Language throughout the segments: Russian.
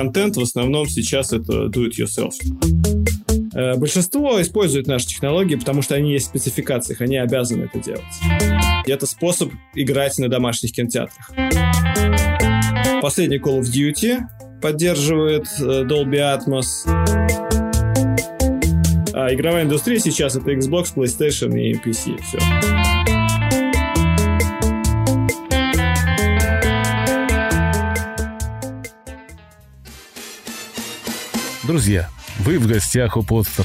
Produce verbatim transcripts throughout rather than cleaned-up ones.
контент в основном сейчас это do it yourself. Большинство использует наши технологии, потому что они есть в спецификациях, они обязаны это делать. И это способ играть на домашних кинотеатрах. Последний Call of Duty поддерживает Dolby Atmos. А игровая индустрия сейчас это Xbox, PlayStation и пи си. Все. Друзья, вы в гостях у Podster.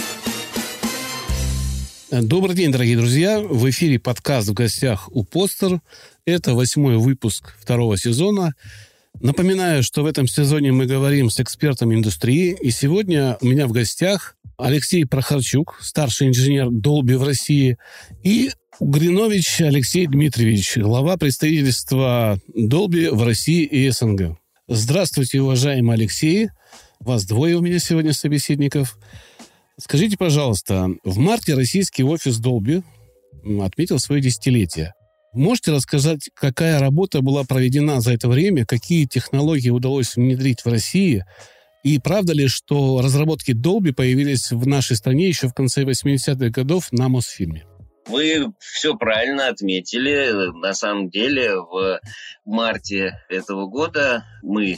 Добрый день, дорогие друзья. В эфире подкаст «В гостях у Podster». Это восьмой выпуск второго сезона. Напоминаю, что в этом сезоне мы говорим с экспертами индустрии. И сегодня у меня в гостях Алексей Прохорчук, старший инженер Dolby в России, и Угринович Алексей Дмитриевич, глава представительства Dolby в России и СНГ. Здравствуйте, уважаемый Алексей. Вас двое у меня сегодня собеседников. Скажите, пожалуйста, в марте российский офис Dolby отметил свое десятилетие. Можете рассказать, какая работа была проведена за это время, какие технологии удалось внедрить в России, и правда ли, что разработки Dolby появились в нашей стране еще в конце восьмидесятых годов на Мосфильме? Вы все правильно отметили. На самом деле в марте этого года мы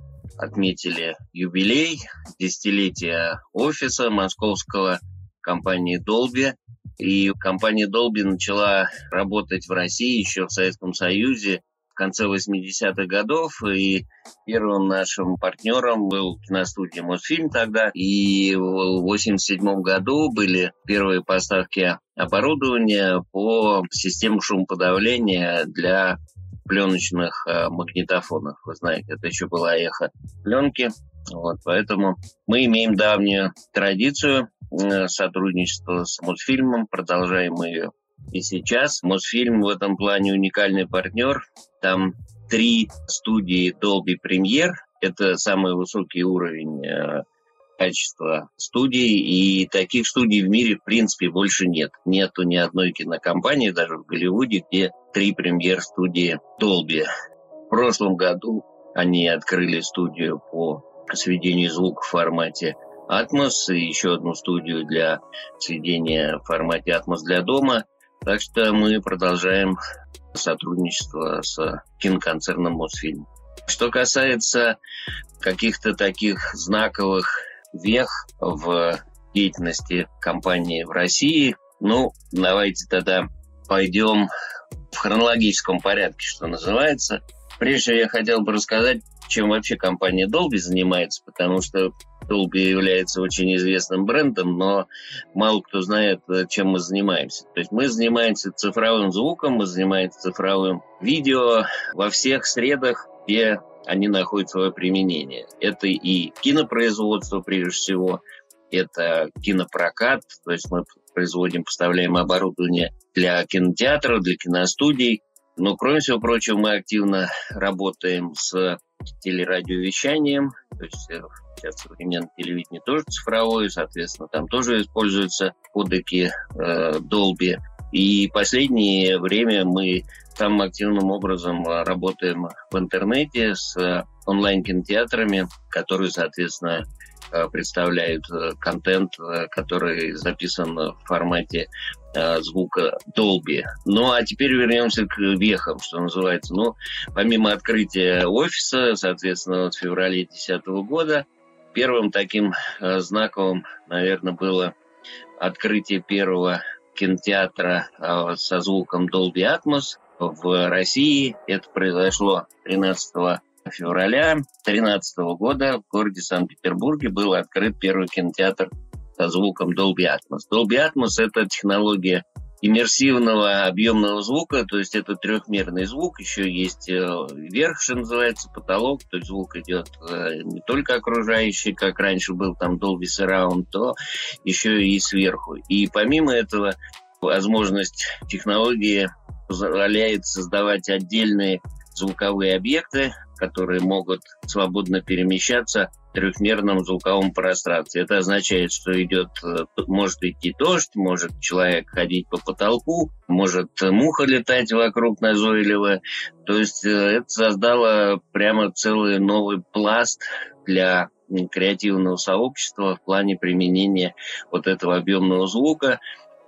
отметили юбилей десятилетия офиса московского компании Dolby. И компания Dolby начала работать в России еще в Советском Союзе в конце восьмидесятых годов. И первым нашим партнером был киностудия Мосфильм тогда. И в восемьдесят седьмом году были первые поставки оборудования по системе шумоподавления для пленочных э, магнитофонов. Вы знаете, это еще была эхо пленки. Вот, поэтому мы имеем давнюю традицию э, сотрудничества с Мосфильмом, продолжаем ее и сейчас. Мосфильм в этом плане уникальный партнер. Там три студии Dolby Premiere. Это самый высокий уровень э, качества студий, и таких студий в мире, в принципе, больше нет. Нету ни одной кинокомпании, даже в Голливуде, где три премьер-студии Dolby. В прошлом году они открыли студию по сведению звука в формате Atmos и еще одну студию для сведения в формате Atmos для дома. Так что мы продолжаем сотрудничество с киноконцерном Мосфильм. Что касается каких-то таких знаковых вех в деятельности компании в России, ну, давайте тогда пойдем в хронологическом порядке, что называется. Прежде всего, я хотел бы рассказать, чем вообще компания Dolby занимается, потому что Dolby является очень известным брендом, но мало кто знает, чем мы занимаемся. То есть мы занимаемся цифровым звуком, мы занимаемся цифровым видео во всех средах, где они находят свое применение. Это и кинопроизводство, прежде всего, это кинопрокат, то есть мы производим, поставляем оборудование для кинотеатров, для киностудий. Но, кроме всего прочего, мы активно работаем с телерадиовещанием, то есть сейчас современное телевидение тоже цифровое, соответственно, там тоже используются кодеки э, Dolby. И в последнее время мы самым активным образом работаем в интернете с онлайн-кинотеатрами, которые, соответственно, представляют контент, который записан в формате звука Dolby. Ну, а теперь вернемся к вехам, что называется. Ну, помимо открытия офиса, соответственно, в феврале две тысячи десятого года, первым таким знаковым, наверное, было открытие первого кинотеатра со звуком Dolby Atmos в России. Это произошло тринадцатого февраля две тысячи тринадцатого года в городе Санкт-Петербурге был открыт первый кинотеатр со звуком Dolby Atmos. Dolby Atmos – это технология иммерсивного объемного звука, то есть это трехмерный звук, еще есть верх, что называется, потолок, то есть звук идет не только окружающий, как раньше был там Dolby Surround, то еще и сверху. И помимо этого возможность технологии позволяет создавать отдельные звуковые объекты, которые могут свободно перемещаться в трехмерном звуковом пространстве. Это означает, что идет, может идти дождь, может человек ходить по потолку, может муха летать вокруг назойливо. То есть это создало прямо целый новый пласт для креативного сообщества в плане применения вот этого объемного звука.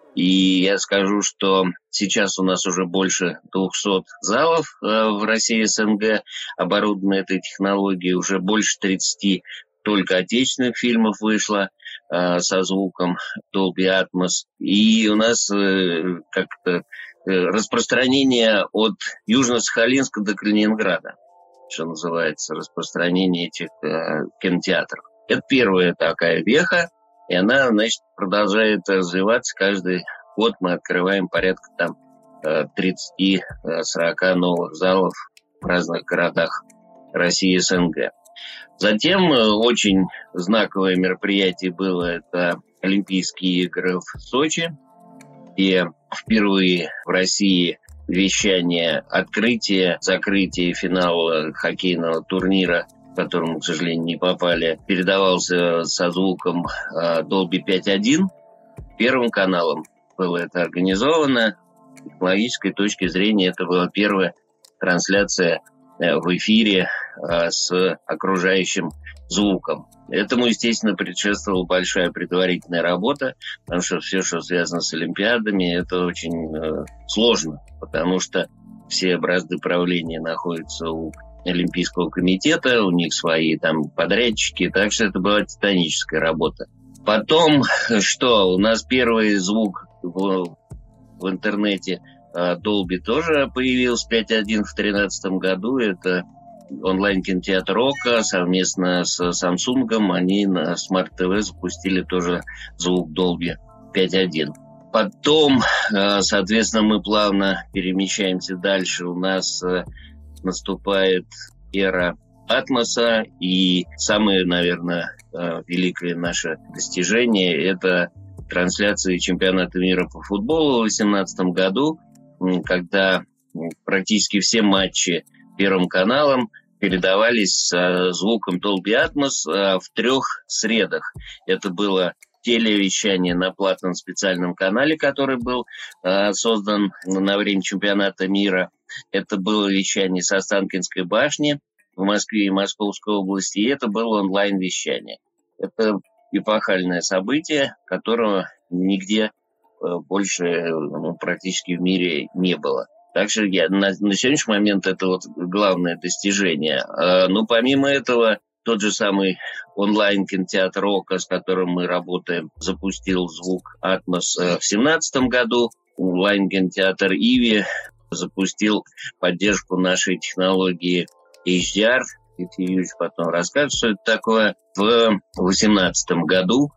И я скажу, что сейчас у нас уже больше двухсот залов э, в России и СНГ оборудованы этой технологией, уже больше тридцати только отечественных фильмов вышло э, со звуком Dolby Atmos. И у нас э, как-то э, распространение от Южно-Сахалинска до Калининграда, что называется, распространение этих э, кинотеатров. Это первая такая веха, и она, значит, продолжает развиваться. Каждый год мы открываем порядка там тридцать-сорок новых залов в разных городах России и СНГ. Затем очень знаковое мероприятие было это Олимпийские игры в Сочи, где впервые в России вещание открытия, закрытия финала хоккейного турнира, в котором мы, к сожалению, не попали, передавался со звуком Dolby пять точка один. Первым каналом было это организовано. С технологической точки зрения это была первая трансляция в эфире с окружающим звуком. Этому, естественно, предшествовала большая предварительная работа, потому что все, что связано с Олимпиадами, это очень э, сложно, потому что все бразды правления находятся у Олимпийского комитета, у них свои там подрядчики, так что это была титаническая работа. Потом, что, у нас первый звук в, в интернете Dolby тоже появился пять точка один в две тысячи тринадцатом году, это онлайн-кинотеатр Ока совместно с Samsung, они на Smart ти ви запустили тоже звук Dolby пять точка один. Потом, соответственно, мы плавно перемещаемся дальше. У нас наступает эра Атмоса, и самое, наверное, великое наше достижение – это трансляции чемпионата мира по футболу в две тысячи восемнадцатом году, когда практически все матчи Первым каналом передавались с звуком Dolby Atmos в трех средах. Это было телевещание на платном специальном канале, который был создан на время чемпионата мира. Это было вещание с Останкинской башни в Москве и Московской области, и это было онлайн-вещание. Это эпохальное событие, которого нигде больше ну, практически в мире не было. Так что я, на, на сегодняшний момент это вот главное достижение. А, ну, помимо этого, тот же самый онлайн-кинотеатр Ока, с которым мы работаем, запустил звук Atmos в две тысячи семнадцатом году. Онлайн-кинотеатр Иви запустил поддержку нашей технологии эйч ди ар. Алексей Юрьевич потом расскажет, что это такое. В две тысячи восемнадцатом году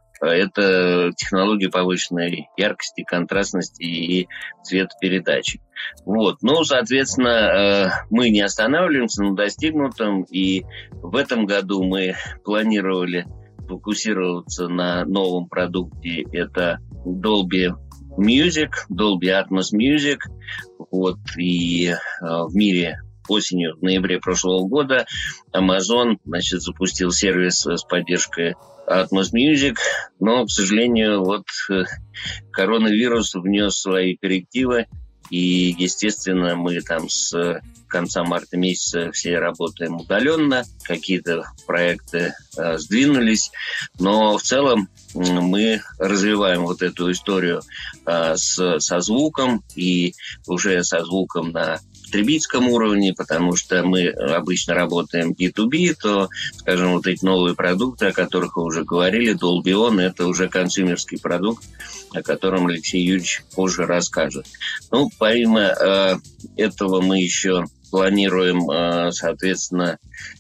это технология повышенной яркости, контрастности и цветопередачи. Вот. Ну, соответственно, мы не останавливаемся на достигнутом, и в этом году мы планировали фокусироваться на новом продукте. Это Dolby Music, Dolby Atmos Music. Вот. И в мире осенью, в ноябре прошлого года Amazon, значит, запустил сервис с поддержкой Atmos Music, но, к сожалению, вот коронавирус внес свои коррективы, и, естественно, мы там с конца марта месяца все работаем удаленно, какие-то проекты э, сдвинулись, но в целом мы развиваем вот эту историю э, с, со звуком, и уже со звуком на потребительском уровне, потому что мы обычно работаем би ту би, то, скажем, вот эти новые продукты, о которых вы уже говорили, Dolby On, это уже консюмерский продукт, о котором Алексей Юрьевич позже расскажет. Ну, помимо э, этого мы еще планируем, э, соответственно,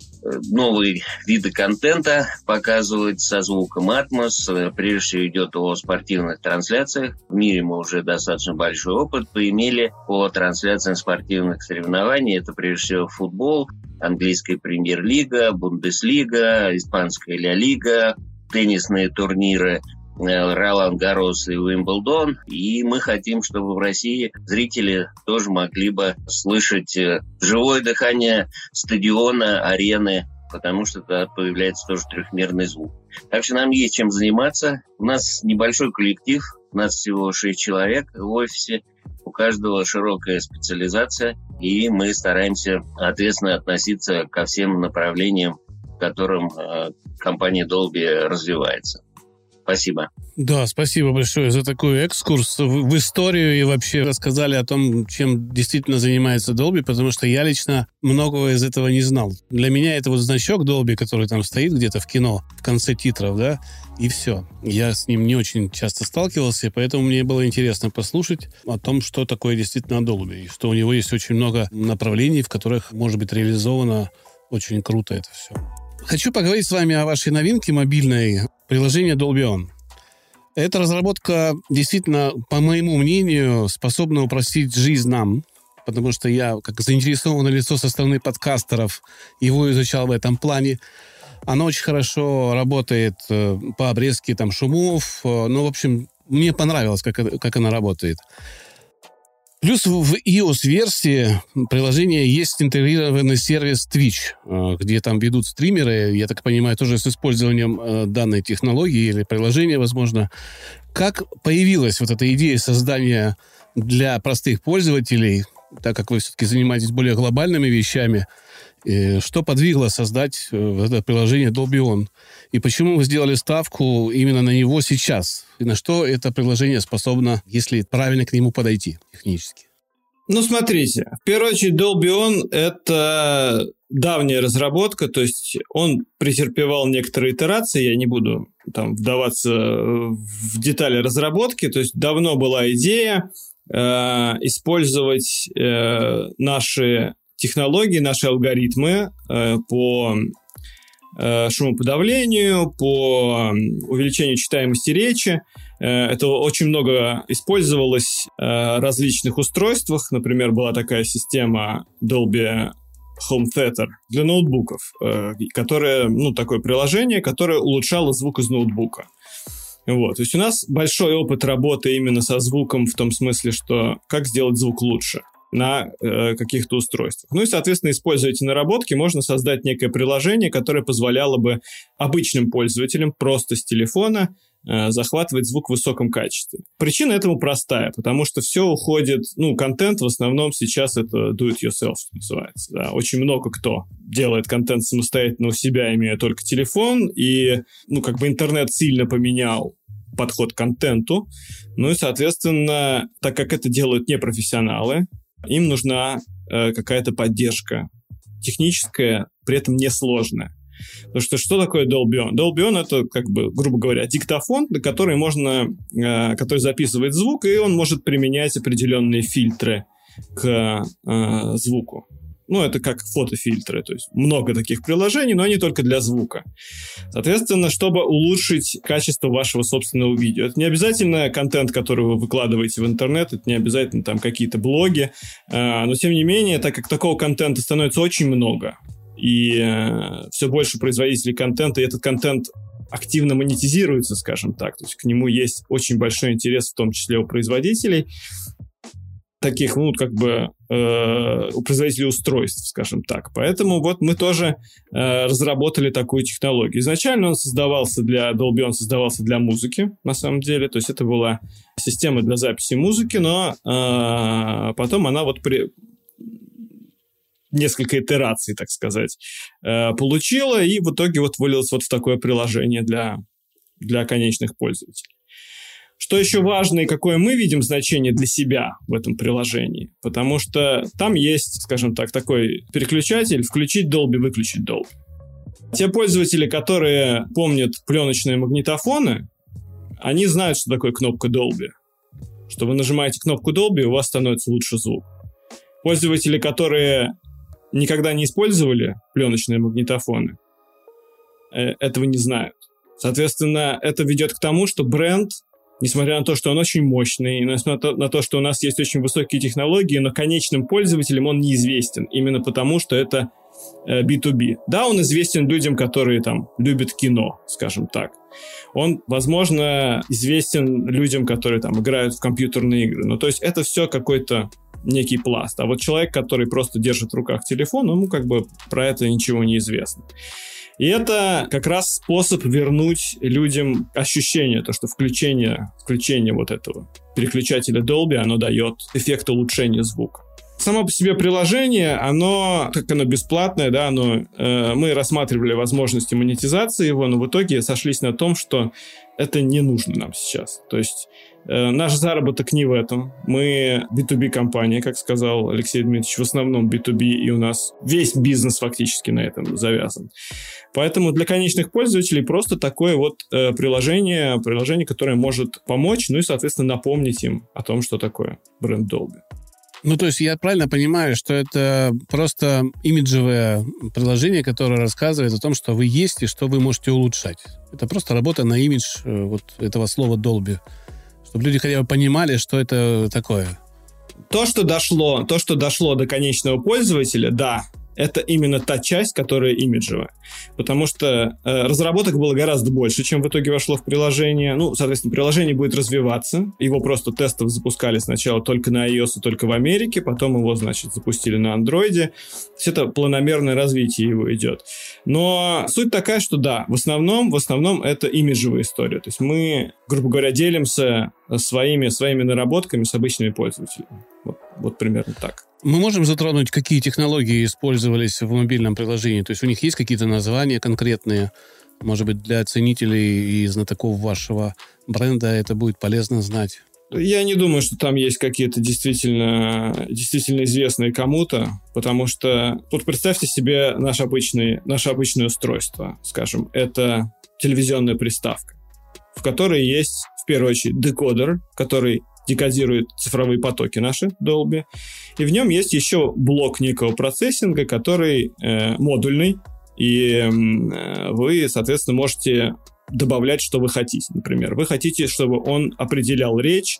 новые виды контента показывать со звуком Atmos. Прежде всего идет о спортивных трансляциях. В мире мы уже достаточно большой опыт поимели по трансляциям спортивных соревнований. Это прежде всего футбол, английская премьер-лига, Бундеслига, испанская Ля Лига, теннисные турниры Ролан Гаррос и Уимблдон. И мы хотим, чтобы в России зрители тоже могли бы слышать живое дыхание стадиона, арены, потому что тогда появляется тоже трехмерный звук. Так что нам есть чем заниматься. У нас небольшой коллектив, у нас всего шесть человек в офисе, у каждого широкая специализация, и мы стараемся ответственно относиться ко всем направлениям котором э, компания Dolby развивается. Спасибо. Да, спасибо большое за такой экскурс в, в историю и вообще рассказали о том, чем действительно занимается Dolby, потому что я лично многого из этого не знал. Для меня это вот значок Dolby, который там стоит где-то в кино, в конце титров, да, и все. Я с ним не очень часто сталкивался, и поэтому мне было интересно послушать о том, что такое действительно Dolby, и что у него есть очень много направлений, в которых может быть реализовано очень круто это все. Хочу поговорить с вами о вашей новинке мобильной, приложение Dolby On. Эта разработка действительно, по моему мнению, способна упростить жизнь нам, потому что я, как заинтересованное лицо со стороны подкастеров, его изучал в этом плане. Она очень хорошо работает по обрезке там, шумов. Ну, в общем, мне понравилось, как, как она работает. Плюс в iOS-версии приложения есть интегрированный сервис Twitch, где там ведут стримеры, я так понимаю, тоже с использованием данной технологии или приложения, возможно. Как появилась вот эта идея создания для простых пользователей, так как вы все-таки занимаетесь более глобальными вещами, что подвигло создать это приложение Dolby On? И почему вы сделали ставку именно на него сейчас? И на что это приложение способно, если правильно к нему подойти технически? Ну, смотрите. В первую очередь, Dolby On – это давняя разработка, то есть он претерпевал некоторые итерации, я не буду там вдаваться в детали разработки, то есть давно была идея э, использовать э, наши технологии, наши алгоритмы э, по э, шумоподавлению, по увеличению читаемости речи. Э, это очень много использовалось э, в различных устройствах. Например, была такая система Dolby Home Theater для ноутбуков, э, которое, ну, такое приложение, которое улучшало звук из ноутбука. Вот. То есть у нас большой опыт работы именно со звуком в том смысле, что как сделать звук лучше на э, каких-то устройствах. Ну и, соответственно, используя эти наработки, можно создать некое приложение, которое позволяло бы обычным пользователям просто с телефона э, захватывать звук в высоком качестве. Причина этому простая, потому что все уходит, ну, контент в основном сейчас это do it yourself, что называется. Да. Очень много кто делает контент самостоятельно у себя, имея только телефон, и, ну, как бы интернет сильно поменял подход к контенту. Ну и, соответственно, так как это делают непрофессионалы, им нужна э, какая-то поддержка техническая, при этом несложная. Потому что что такое Dolby On? Dolby On — это, как бы, грубо говоря, диктофон, на который можно, э, который записывает звук, и он может применять определенные фильтры к э, звуку. Ну, это как фотофильтры, то есть много таких приложений, но они только для звука. Соответственно, чтобы улучшить качество вашего собственного видео. Это не обязательно контент, который вы выкладываете в интернет, это не обязательно там какие-то блоги, но тем не менее, так как такого контента становится очень много, и все больше производителей контента, и этот контент активно монетизируется, скажем так, то есть к нему есть очень большой интерес, в том числе у производителей, таких, ну, как бы, э, у производителей устройств, скажем так. Поэтому вот мы тоже э, разработали такую технологию. Изначально он создавался для Dolby, он создавался для музыки, на самом деле. То есть это была система для записи музыки, но э, потом она вот при... несколько итераций, так сказать, э, получила, и в итоге вот вылилось вот в такое приложение для, для конечных пользователей. Что еще важно и какое мы видим значение для себя в этом приложении? Потому что там есть, скажем так, такой переключатель «включить Dolby, выключить Dolby». Те пользователи, которые помнят пленочные магнитофоны, они знают, что такое кнопка Dolby. Что вы нажимаете кнопку Dolby, у вас становится лучше звук. Пользователи, которые никогда не использовали пленочные магнитофоны, этого не знают. Соответственно, это ведет к тому, что бренд, несмотря на то, что он очень мощный, несмотря на то, что у нас есть очень высокие технологии, но конечным пользователям он неизвестен, именно потому, что это би ту би. Да, он известен людям, которые там любят кино, скажем так. Он, возможно, известен людям, которые там играют в компьютерные игры. Ну, то есть это все какой-то некий пласт. А вот человек, который просто держит в руках телефон, ему как бы про это ничего не известно. И это как раз способ вернуть людям ощущение, то, что включение, включение вот этого переключателя Dolby, оно дает эффект улучшения звука. Само по себе приложение, оно, как оно бесплатное, да, оно, э, мы рассматривали возможности монетизации его, но в итоге сошлись на том, что это не нужно нам сейчас. То есть э, наш заработок не в этом. Мы би ту би-компания, как сказал Алексей Дмитриевич, в основном би ту би, и у нас весь бизнес фактически на этом завязан. Поэтому для конечных пользователей просто такое вот э, приложение, приложение, которое может помочь, ну и, соответственно, напомнить им о том, что такое бренд Dolby. Ну, то есть я правильно понимаю, что это просто имиджевое приложение, которое рассказывает о том, что вы есть и что вы можете улучшать. Это просто работа на имидж вот этого слова Dolby. Чтобы люди хотя бы понимали, что это такое. То, что дошло, то, что дошло до конечного пользователя, да, это именно та часть, которая имиджевая. Потому что э, разработок было гораздо больше, чем в итоге вошло в приложение. Ну, соответственно, приложение будет развиваться. Его просто тестов запускали сначала только на iOS и только в Америке, потом его, значит, запустили на Android. То есть это планомерное развитие его идет. Но суть такая, что да, в основном, в основном это имиджевая история. То есть мы, грубо говоря, делимся своими, своими наработками с обычными пользователями. Вот, вот примерно так. Мы можем затронуть, какие технологии использовались в мобильном приложении? То есть у них есть какие-то названия конкретные? Может быть, для ценителей и знатоков вашего бренда это будет полезно знать? Я не думаю, что там есть какие-то действительно, действительно известные кому-то, потому что вот представьте себе наш обычный, наше обычное устройство, скажем, это телевизионная приставка, в которой есть, в первую очередь, декодер, который декодирует цифровые потоки наши Dolby. И в нем есть еще блок некого процессинга, который э, модульный. И э, вы, соответственно, можете добавлять, что вы хотите. Например, вы хотите, чтобы он определял речь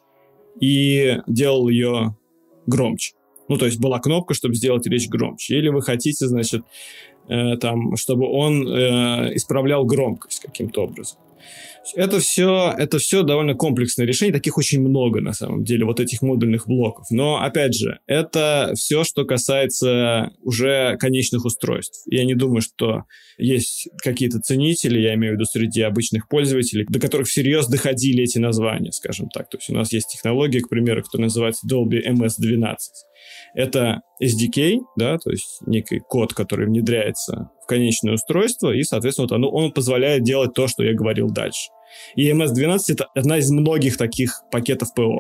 и делал ее громче. Ну, то есть была кнопка, чтобы сделать речь громче. Или вы хотите, значит, э, там, чтобы он э, исправлял громкость каким-то образом. Это все, это все довольно комплексное решение. Таких очень много, на самом деле, вот этих модульных блоков. Но, опять же, это все, что касается уже конечных устройств. Я не думаю, что есть какие-то ценители, я имею в виду среди обычных пользователей, до которых всерьез доходили эти названия, скажем так. То есть у нас есть технология, к примеру, которая называется Dolby эм эс двенадцать. Это эс ди кей, да, то есть некий код, который внедряется в конечное устройство, и, соответственно, вот оно, он позволяет делать то, что я говорил дальше. И эм эс двенадцать — это одна из многих таких пакетов ПО.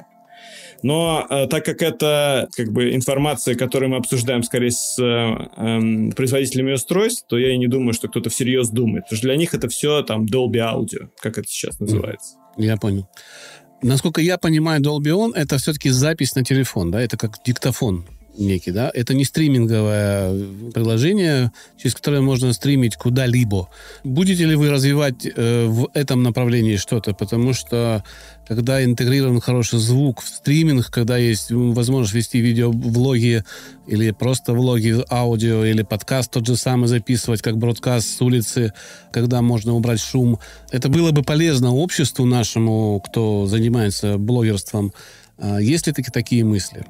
Но э, так как это как бы информация, которую мы обсуждаем скорее с э, э, производителями устройств, то я и не думаю, что кто-то всерьез думает. Потому что для них это все там Dolby Audio, как это сейчас называется. Я понял. Насколько я понимаю, Dolby On — это все-таки запись на телефон, да? Это как диктофон некий, да? Это не стриминговое приложение, через которое можно стримить куда-либо. Будете ли вы развивать э, в этом направлении что-то? Потому что когда интегрирован хороший звук в стриминг, когда есть возможность вести видеовлоги или просто влоги аудио, или подкаст тот же самый записывать, как бродкаст с улицы, когда можно убрать шум, это было бы полезно обществу нашему, кто занимается блогерством. Есть ли таки такие мысли?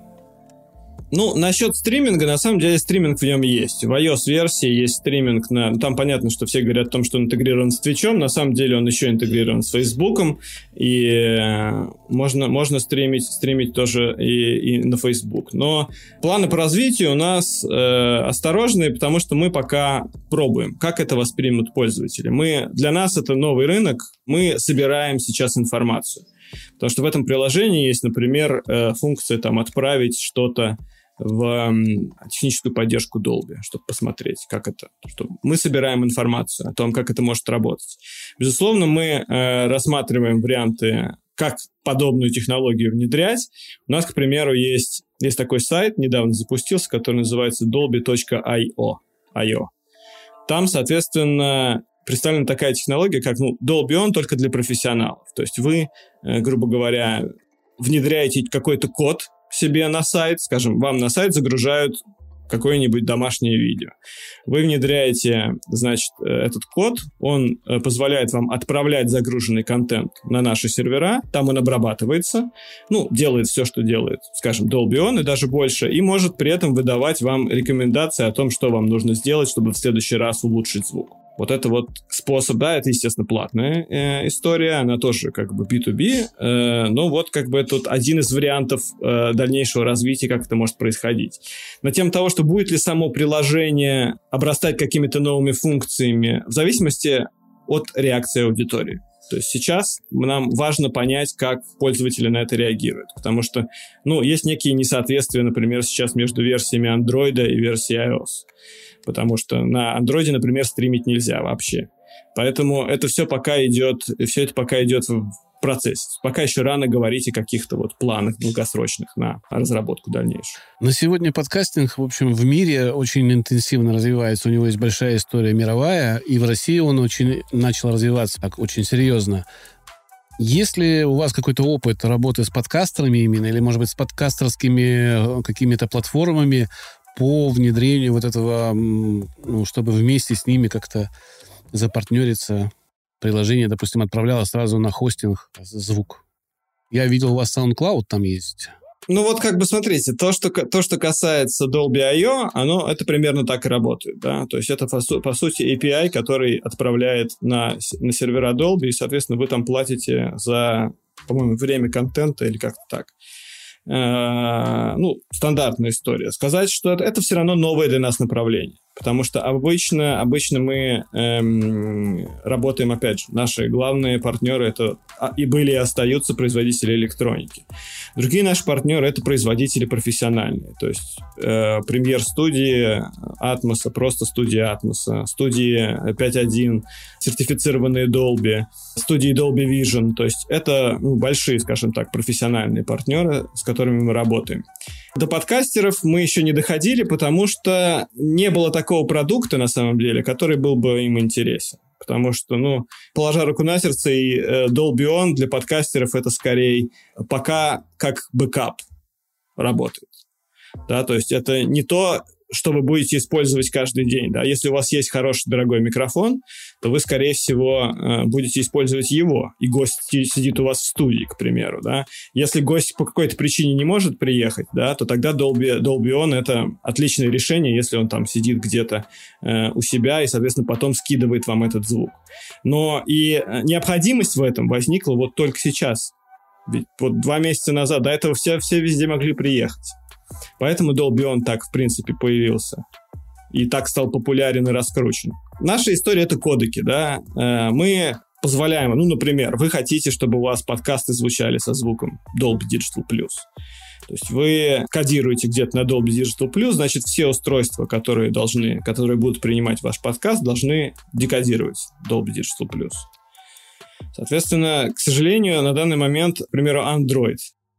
Ну, насчет стриминга, на самом деле, стриминг в нем есть. В iOS-версии есть стриминг на... Там понятно, что все говорят о том, что он интегрирован с Twitch'ом. На самом деле он еще интегрирован с Фейсбуком. И можно, можно стримить, стримить тоже и, и на Facebook. Но планы по развитию у нас э, осторожные, потому что мы пока пробуем, как это воспримут пользователи. Мы, для нас это новый рынок. Мы собираем сейчас информацию. Потому что в этом приложении есть, например, э, функция там, отправить что-то в техническую поддержку Dolby, чтобы посмотреть, как это. Что мы собираем информацию о том, как это может работать. Безусловно, мы э, рассматриваем варианты, как подобную технологию внедрять. У нас, к примеру, есть, есть такой сайт, недавно запустился, который называется долби точка ай о. Там, соответственно, представлена такая технология, как ну, Dolby On, только для профессионалов. То есть вы, э, грубо говоря, внедряете какой-то код себе на сайт, скажем, вам на сайт загружают какое-нибудь домашнее видео. Вы внедряете, значит, этот код, он позволяет вам отправлять загруженный контент на наши сервера, там он обрабатывается, ну, делает все, что делает, скажем, Dolby On и даже больше, и может при этом выдавать вам рекомендации о том, что вам нужно сделать, чтобы в следующий раз улучшить звук. Вот это вот способ, да, это, естественно, платная э, история, она тоже как бы би ту би, э, но вот как бы это вот один из вариантов э, дальнейшего развития, как это может происходить. На тему того, что будет ли само приложение обрастать какими-то новыми функциями, в зависимости от реакции аудитории. То есть сейчас нам важно понять, как пользователи на это реагируют. Потому что, ну, есть некие несоответствия, например, сейчас между версиями Android и версией iOS. Потому что на Android, например, стримить нельзя вообще. Поэтому это все пока идет, все это пока идет в процессе. Пока еще рано говорить о каких-то вот планах долгосрочных на разработку дальнейшую. На сегодня подкастинг, в общем, в мире очень интенсивно развивается. У него есть большая история мировая, и в России он очень начал развиваться так очень серьезно. Есть ли у вас какой-то опыт работы с подкастерами именно, или, может быть, с подкастерскими какими-то платформами по внедрению вот этого, ну, чтобы вместе с ними как-то запартнериться? Приложение, допустим, отправляло сразу на хостинг звук. Я видел, у вас SoundCloud там есть. Ну вот как бы смотрите, то, что, то, что касается Dolby ай о, оно, это примерно так и работает, да, то есть это по, по сути эй пи ай, который отправляет на, на сервера Dolby, и, соответственно, вы там платите за, по-моему, время контента или как-то так. Э, ну, стандартная история. Сказать, что это, это все равно новое для нас направление. Потому что обычно, обычно мы эм, работаем, опять же, наши главные партнеры это и были, и остаются производители электроники. Другие наши партнеры это производители профессиональные. То есть э, премьер-студии Atmos, просто студии Atmos, студии пять один, сертифицированные Dolby, студии Dolby Vision. То есть это ну, большие, скажем так, профессиональные партнеры, с которыми мы работаем. До подкастеров мы еще не доходили, потому что не было такого продукта, на самом деле, который был бы им интересен. Потому что, ну, положа руку на сердце, и э, Dolby On для подкастеров это скорее пока как бэкап работает. Да, то есть это не то, что вы будете использовать каждый день. Да? Если у вас есть хороший, дорогой микрофон, то вы, скорее всего, э, будете использовать его, и гость сидит у вас в студии, к примеру. Да? Если гость по какой-то причине не может приехать, да, то тогда Dolby, Dolby On — это отличное решение, если он там сидит где-то э, у себя и, соответственно, потом скидывает вам этот звук. Но и необходимость в этом возникла вот только сейчас. Ведь вот два месяца назад до этого все, все везде могли приехать. Поэтому Dolby On так, в принципе, появился. И так стал популярен и раскручен. Наша история — это кодеки, да. Мы позволяем, ну, например, вы хотите, чтобы у вас подкасты звучали со звуком Dolby Digital Plus. То есть вы кодируете где-то на Dolby Digital Plus, значит, все устройства, которые должны, которые будут принимать ваш подкаст, должны декодировать Dolby Digital Plus. Соответственно, к сожалению, на данный момент, к примеру, Android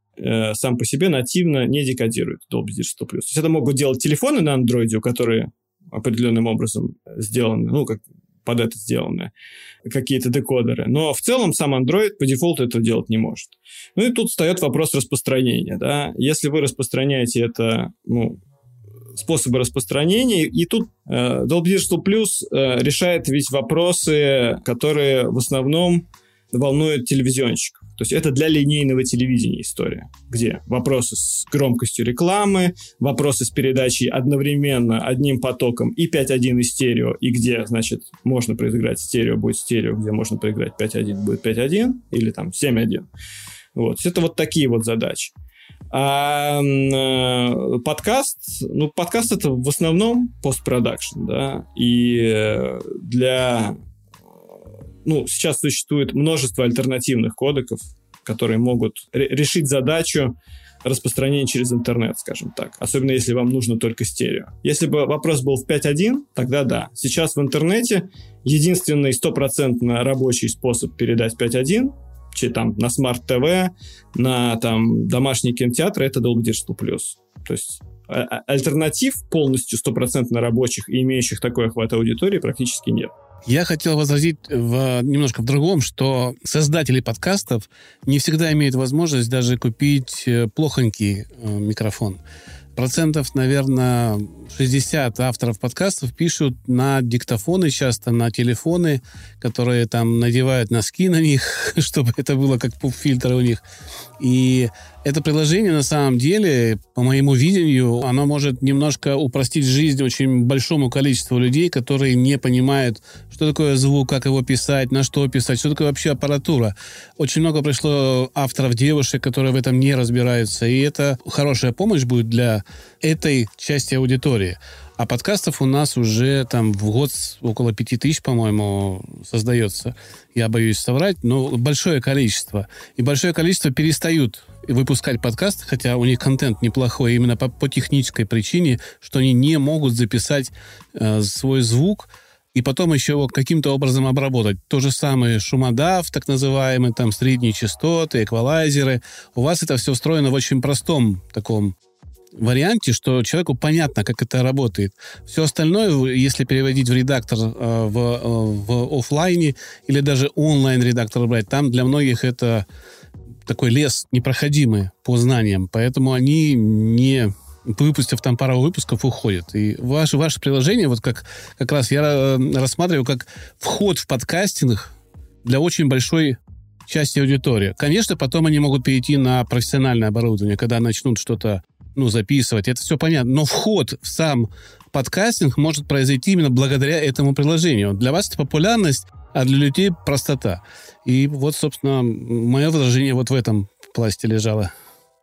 сам по себе нативно не декодирует Dolby Digital Plus. То есть это могут делать телефоны на Android, которые определенным образом сделаны, ну, как под это сделаны, какие-то декодеры. Но в целом сам Android по дефолту этого делать не может. Ну и тут встает вопрос распространения, да. Если вы распространяете это, ну, способы распространения, и тут э, Dolby Digital Plus э, решает ведь вопросы, которые в основном волнуют телевизионщиков. То есть это для линейного телевидения история, где вопросы с громкостью рекламы, вопросы с передачей одновременно одним потоком и пять один и стерео, и где, значит, можно проиграть стерео, будет стерео, где можно проиграть пять один, будет пять один, или там семь один. Вот. Это вот такие вот задачи. А э, подкаст, ну, подкаст это в основном постпродакшн, да, и для... Ну, сейчас существует множество альтернативных кодеков, которые могут ре- решить задачу распространения через интернет, скажем так. Особенно, если вам нужно только стерео. Если бы вопрос был в пять один, тогда да. Сейчас в интернете единственный стопроцентно рабочий способ передать пять один, там, на смарт-ТВ, на там, домашние кинотеатры, это Dolby Digital Plus. То есть а- альтернатив полностью стопроцентно рабочих и имеющих такой охват аудитории практически нет. Я хотел возразить в, немножко в другом, что создатели подкастов не всегда имеют возможность даже купить плохонький э, микрофон. Процентов, наверное, шестьдесят авторов подкастов пишут на диктофоны часто, на телефоны, которые там надевают носки на них, чтобы это было как пуп-фильтр у них. И Это приложение, на самом деле, по моему видению, оно может немножко упростить жизнь очень большому количеству людей, которые не понимают, что такое звук, как его писать, на что писать, что такое вообще аппаратура. Очень много пришло авторов девушек, которые в этом не разбираются, и это хорошая помощь будет для этой части аудитории. А подкастов у нас уже там в год около пяти тысяч, по-моему, создается. Я боюсь соврать, но большое количество. И большое количество перестают выпускать подкасты, хотя у них контент неплохой, именно по, по технической причине, что они не могут записать э, свой звук и потом еще его каким-то образом обработать. То же самое шумодав, так называемый, там средние частоты, эквалайзеры. У вас это все встроено в очень простом таком варианте, что человеку понятно, как это работает. Все остальное, если переводить в редактор э, в, э, в офлайне или даже онлайн-редактор брать, там для многих это такой лес непроходимый по знаниям, поэтому они, не выпустив там пару выпусков, уходят. И ваше, ваше приложение, вот как, как раз я рассматриваю как вход в подкастинг для очень большой части аудитории. Конечно, потом они могут перейти на профессиональное оборудование, когда начнут что-то ну, записывать, это все понятно. Но вход в сам подкастинг может произойти именно благодаря этому приложению. Для вас это популярность, а для людей простота. И вот, собственно, мое возражение вот в этом пласте лежало.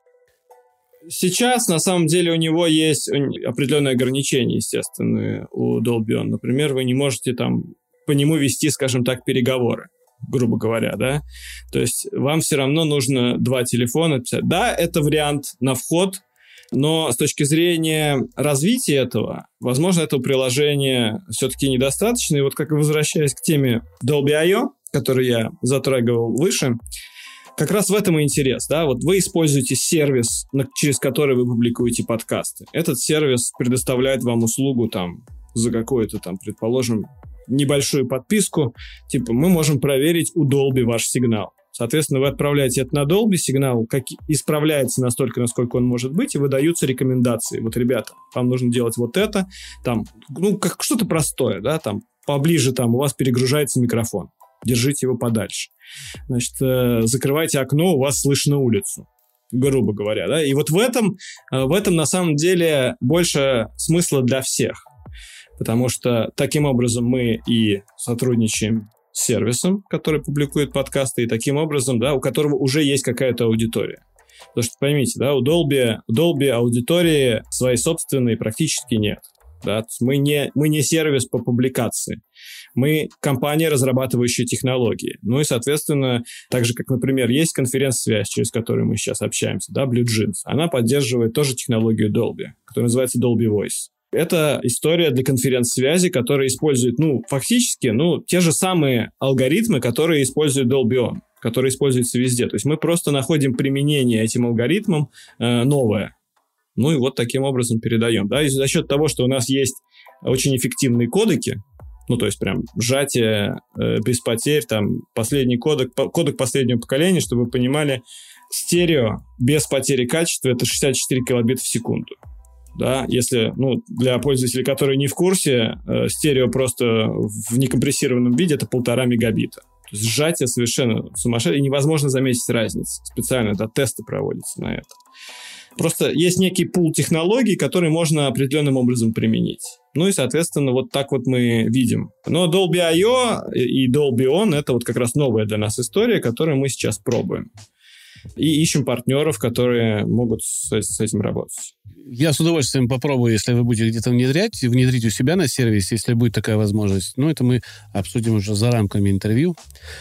Сейчас, на самом деле, у него есть определенные ограничения, естественно, у Dolby On. Например, вы не можете там по нему вести, скажем так, переговоры, грубо говоря, да? То есть вам все равно нужно два телефона писать. Да, это вариант на вход, но с точки зрения развития этого, возможно, этого приложения все-таки недостаточно. И вот как возвращаясь к теме Dolby ай о, которую я затрагивал выше, как раз в этом и интерес. Да? Вот вы используете сервис, через который вы публикуете подкасты. Этот сервис предоставляет вам услугу там, за какую-то, там, предположим, небольшую подписку. Типа мы можем проверить у Dolby ваш сигнал. Соответственно, вы отправляете это на Dolby, сигнал как исправляется настолько, насколько он может быть, и выдаются рекомендации. Вот, ребята, вам нужно делать вот это, там, ну, как что-то простое, да, там, поближе там у вас перегружается микрофон, держите его подальше. Значит, э, закрывайте окно, у вас слышно улицу, грубо говоря, да, и вот в этом, э, в этом на самом деле больше смысла для всех, потому что таким образом мы и сотрудничаем с сервисом, который публикует подкасты, и таким образом, да, у которого уже есть какая-то аудитория. Потому что, поймите, да, у Dolby, Dolby аудитории своей собственной практически нет. Да? Мы, не, мы не сервис по публикации. Мы компания, разрабатывающая технологии. Ну и, соответственно, так же, как, например, есть конференц-связь, через которую мы сейчас общаемся, да, BlueJeans. Она поддерживает тоже технологию Dolby, которая называется Dolby Voice. Это история для конференц-связи, которая использует, ну, фактически, ну, те же самые алгоритмы, которые использует Dolby On, которые используются везде. То есть мы просто находим применение этим алгоритмам э, новое. Ну и вот таким образом передаем. Да? И за счет того, что у нас есть очень эффективные кодеки, ну, то есть прям сжатие э, без потерь, там, последний кодек, кодек последнего поколения, чтобы вы понимали, стерео без потери качества — это шестьдесят четыре килобита в секунду. Да, если, ну, для пользователей, которые не в курсе, э, стерео просто в некомпрессированном виде — это полтора мегабита. То есть сжатие совершенно сумасшедшее, и невозможно заметить разницу. Специально, да, тесты проводятся на это. Просто есть некий пул технологий, которые можно определенным образом применить. Ну и, соответственно, вот так вот мы видим. Но Dolby ай о и Dolby On — это вот как раз новая для нас история, которую мы сейчас пробуем. И ищем партнеров, которые могут с, с этим работать. Я с удовольствием попробую, если вы будете где-то внедрять, внедрить у себя на сервисе, если будет такая возможность. Но это мы обсудим уже за рамками интервью.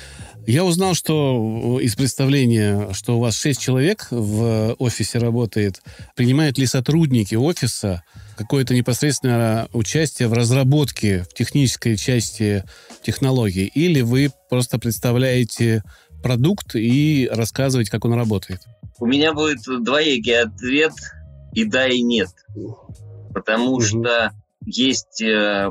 Я узнал, что из представления, что у вас шесть человек в офисе работает. Принимают ли сотрудники офиса какое-то непосредственное участие в разработке, в технической части технологий? Или вы просто представляете продукт и рассказывать, как он работает? У меня будет двоякий ответ: и да, и нет. Потому угу. что есть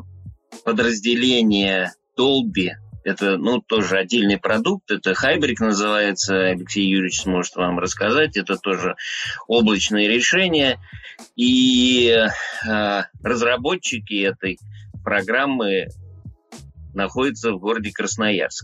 подразделение Dolby. Это, ну, тоже отдельный продукт. Это Hybrid называется. Алексей Юрьевич сможет вам рассказать. Это тоже облачное решение. И э, разработчики этой программы находятся в городе Красноярске.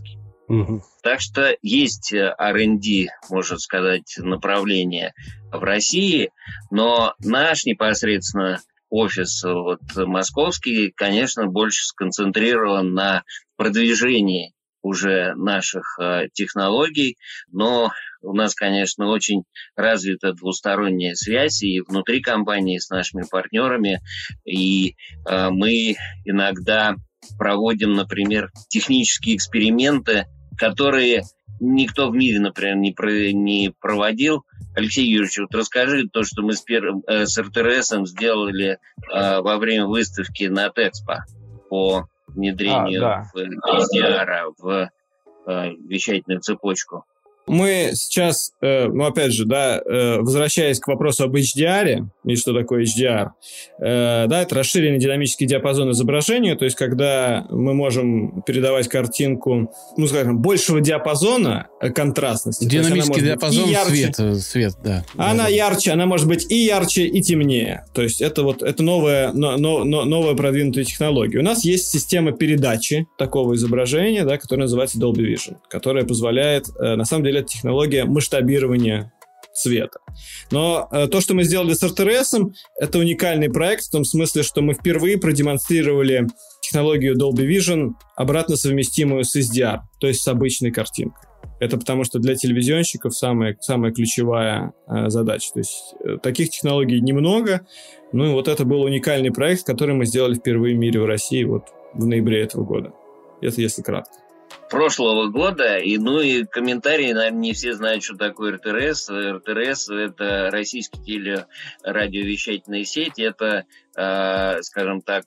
Угу. Так что есть ар энд ди, можно сказать, направление в России, но наш непосредственно офис вот, московский, конечно, больше сконцентрирован на продвижении уже наших э, технологий, но у нас, конечно, очень развита двусторонняя связь и внутри компании с нашими партнерами, и э, мы иногда проводим, например, технические эксперименты, которые никто в мире, например, не, про, не проводил. Алексей Юрьевич, вот расскажи то, что мы с, первым, э, с эр тэ эр эс сделали э, во время выставки на Тэкспо по внедрению а, да. эйч ди ар в э, вещательную цепочку. Мы сейчас, э, ну, опять же, да, э, возвращаясь к вопросу об эйч ди ар, и что такое эйч ди ар, э, да, это расширенный динамический диапазон изображения, то есть когда мы можем передавать картинку, ну, скажем, большего диапазона контрастности. Динамический диапазон света, свет, да. Она да, ярче, она может быть и ярче, и темнее. То есть это вот это новая, но, но, новая продвинутая технология. У нас есть система передачи такого изображения, да, которая называется Dolby Vision, которая позволяет, э, на самом деле, это технология масштабирования цвета. Но э, то, что мы сделали с эр тэ эр эс, это уникальный проект в том смысле, что мы впервые продемонстрировали технологию Dolby Vision, обратно совместимую с эйч ди ар, то есть с обычной картинкой. Это потому, что для телевизионщиков самая, самая ключевая э, задача. То есть э, таких технологий немного. Ну и вот это был уникальный проект, который мы сделали впервые в мире в России вот в ноябре этого года. Это если кратко. Прошлого года, и ну и комментарии, наверное, не все знают, что такое эр тэ эр эс. эр тэ эр эс – это российский телерадиовещательная сеть, это, э, скажем так,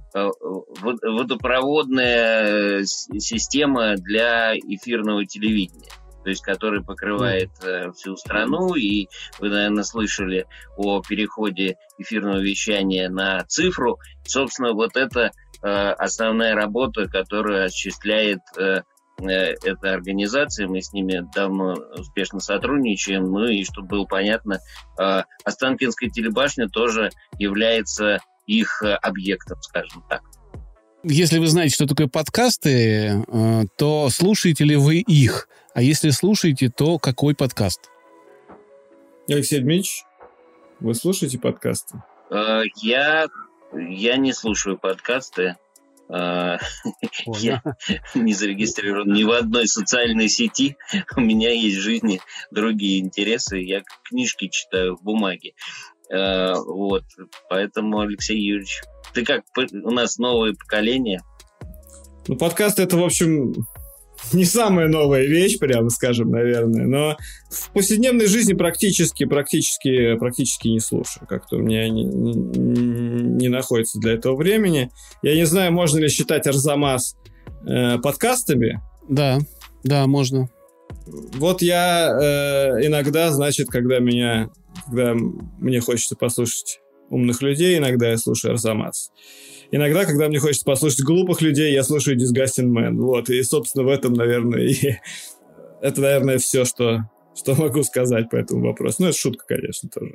водопроводная система для эфирного телевидения, то есть которая покрывает э, всю страну, и вы, наверное, слышали о переходе эфирного вещания на цифру. Собственно, вот это основная работа, которую осуществляет э, э, эта организация. Мы с ними давно успешно сотрудничаем. Ну и, чтобы было понятно, э, Останкинская телебашня тоже является их э, объектом, скажем так. Если вы знаете, что такое подкасты, э, то слушаете ли вы их? А если слушаете, то какой подкаст? Алексей Дмитриевич, вы слушаете подкасты? Э, я... Я не слушаю подкасты. Я не зарегистрирован ни в одной социальной сети. У меня есть в жизни другие интересы. Я книжки читаю в бумаге. Вот. Поэтому, Алексей Юрьевич, ты как? У нас новое поколение. Ну, подкасты — это, в общем, не самая новая вещь, прямо скажем, наверное, но в повседневной жизни практически, практически, практически не слушаю. Как-то у меня не, не находится для этого времени. Я не знаю, можно ли считать Арзамас э, подкастами. Да, да, можно. Вот я э, иногда, значит, когда меня, когда мне хочется послушать умных людей, иногда я слушаю Арзамас. Иногда, когда мне хочется послушать глупых людей, я слушаю Disgusting Man. Вот, и, собственно, в этом, наверное, и... это, наверное, все, что, что могу сказать по этому вопросу. Ну, это шутка, конечно, тоже.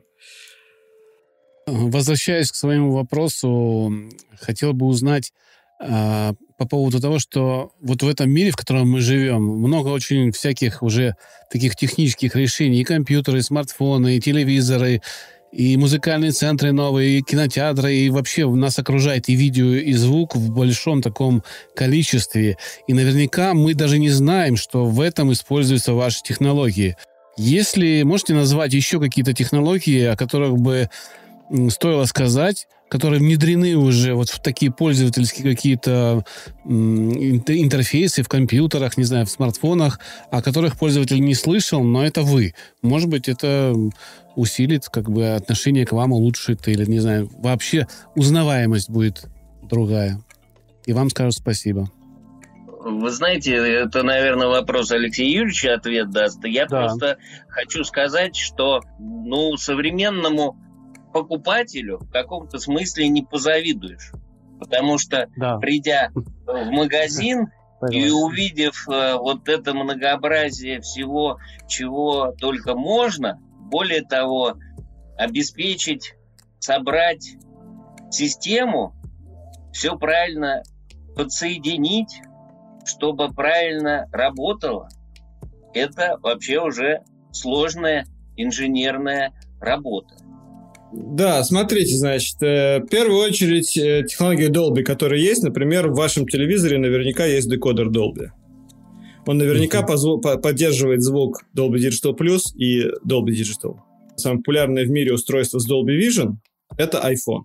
Возвращаясь к своему вопросу, хотел бы узнать а, по поводу того, что вот в этом мире, в котором мы живем, много очень всяких уже таких технических решений. И компьютеры, и смартфоны, и телевизоры, и музыкальные центры новые, и кинотеатры, и вообще нас окружает и видео, и звук в большом таком количестве. И наверняка мы даже не знаем, что в этом используются ваши технологии. Если можете назвать еще какие-то технологии, о которых бы стоило сказать, которые внедрены уже вот в такие пользовательские какие-то интерфейсы в компьютерах, не знаю, в смартфонах, о которых пользователь не слышал, но это вы. Может быть, это усилит как бы отношение к вам, улучшит, или, не знаю, вообще узнаваемость будет другая. И вам скажут спасибо. Вы знаете, это, наверное, вопрос Алексея Юрьевича ответ даст. Я да. просто хочу сказать, что ну, современному покупателю в каком-то смысле не позавидуешь. Потому что, да. придя в магазин и увидев э, вот это многообразие всего, чего только можно, более того, обеспечить, собрать систему, все правильно подсоединить, чтобы правильно работало, это вообще уже сложная инженерная работа. Да, смотрите, значит, в первую очередь технология Dolby, которая есть, например, в вашем телевизоре наверняка есть декодер Dolby. Он наверняка uh-huh. позв- по- поддерживает звук Dolby Digital Plus и Dolby Digital. Самое популярное в мире устройство с Dolby Vision – это iPhone.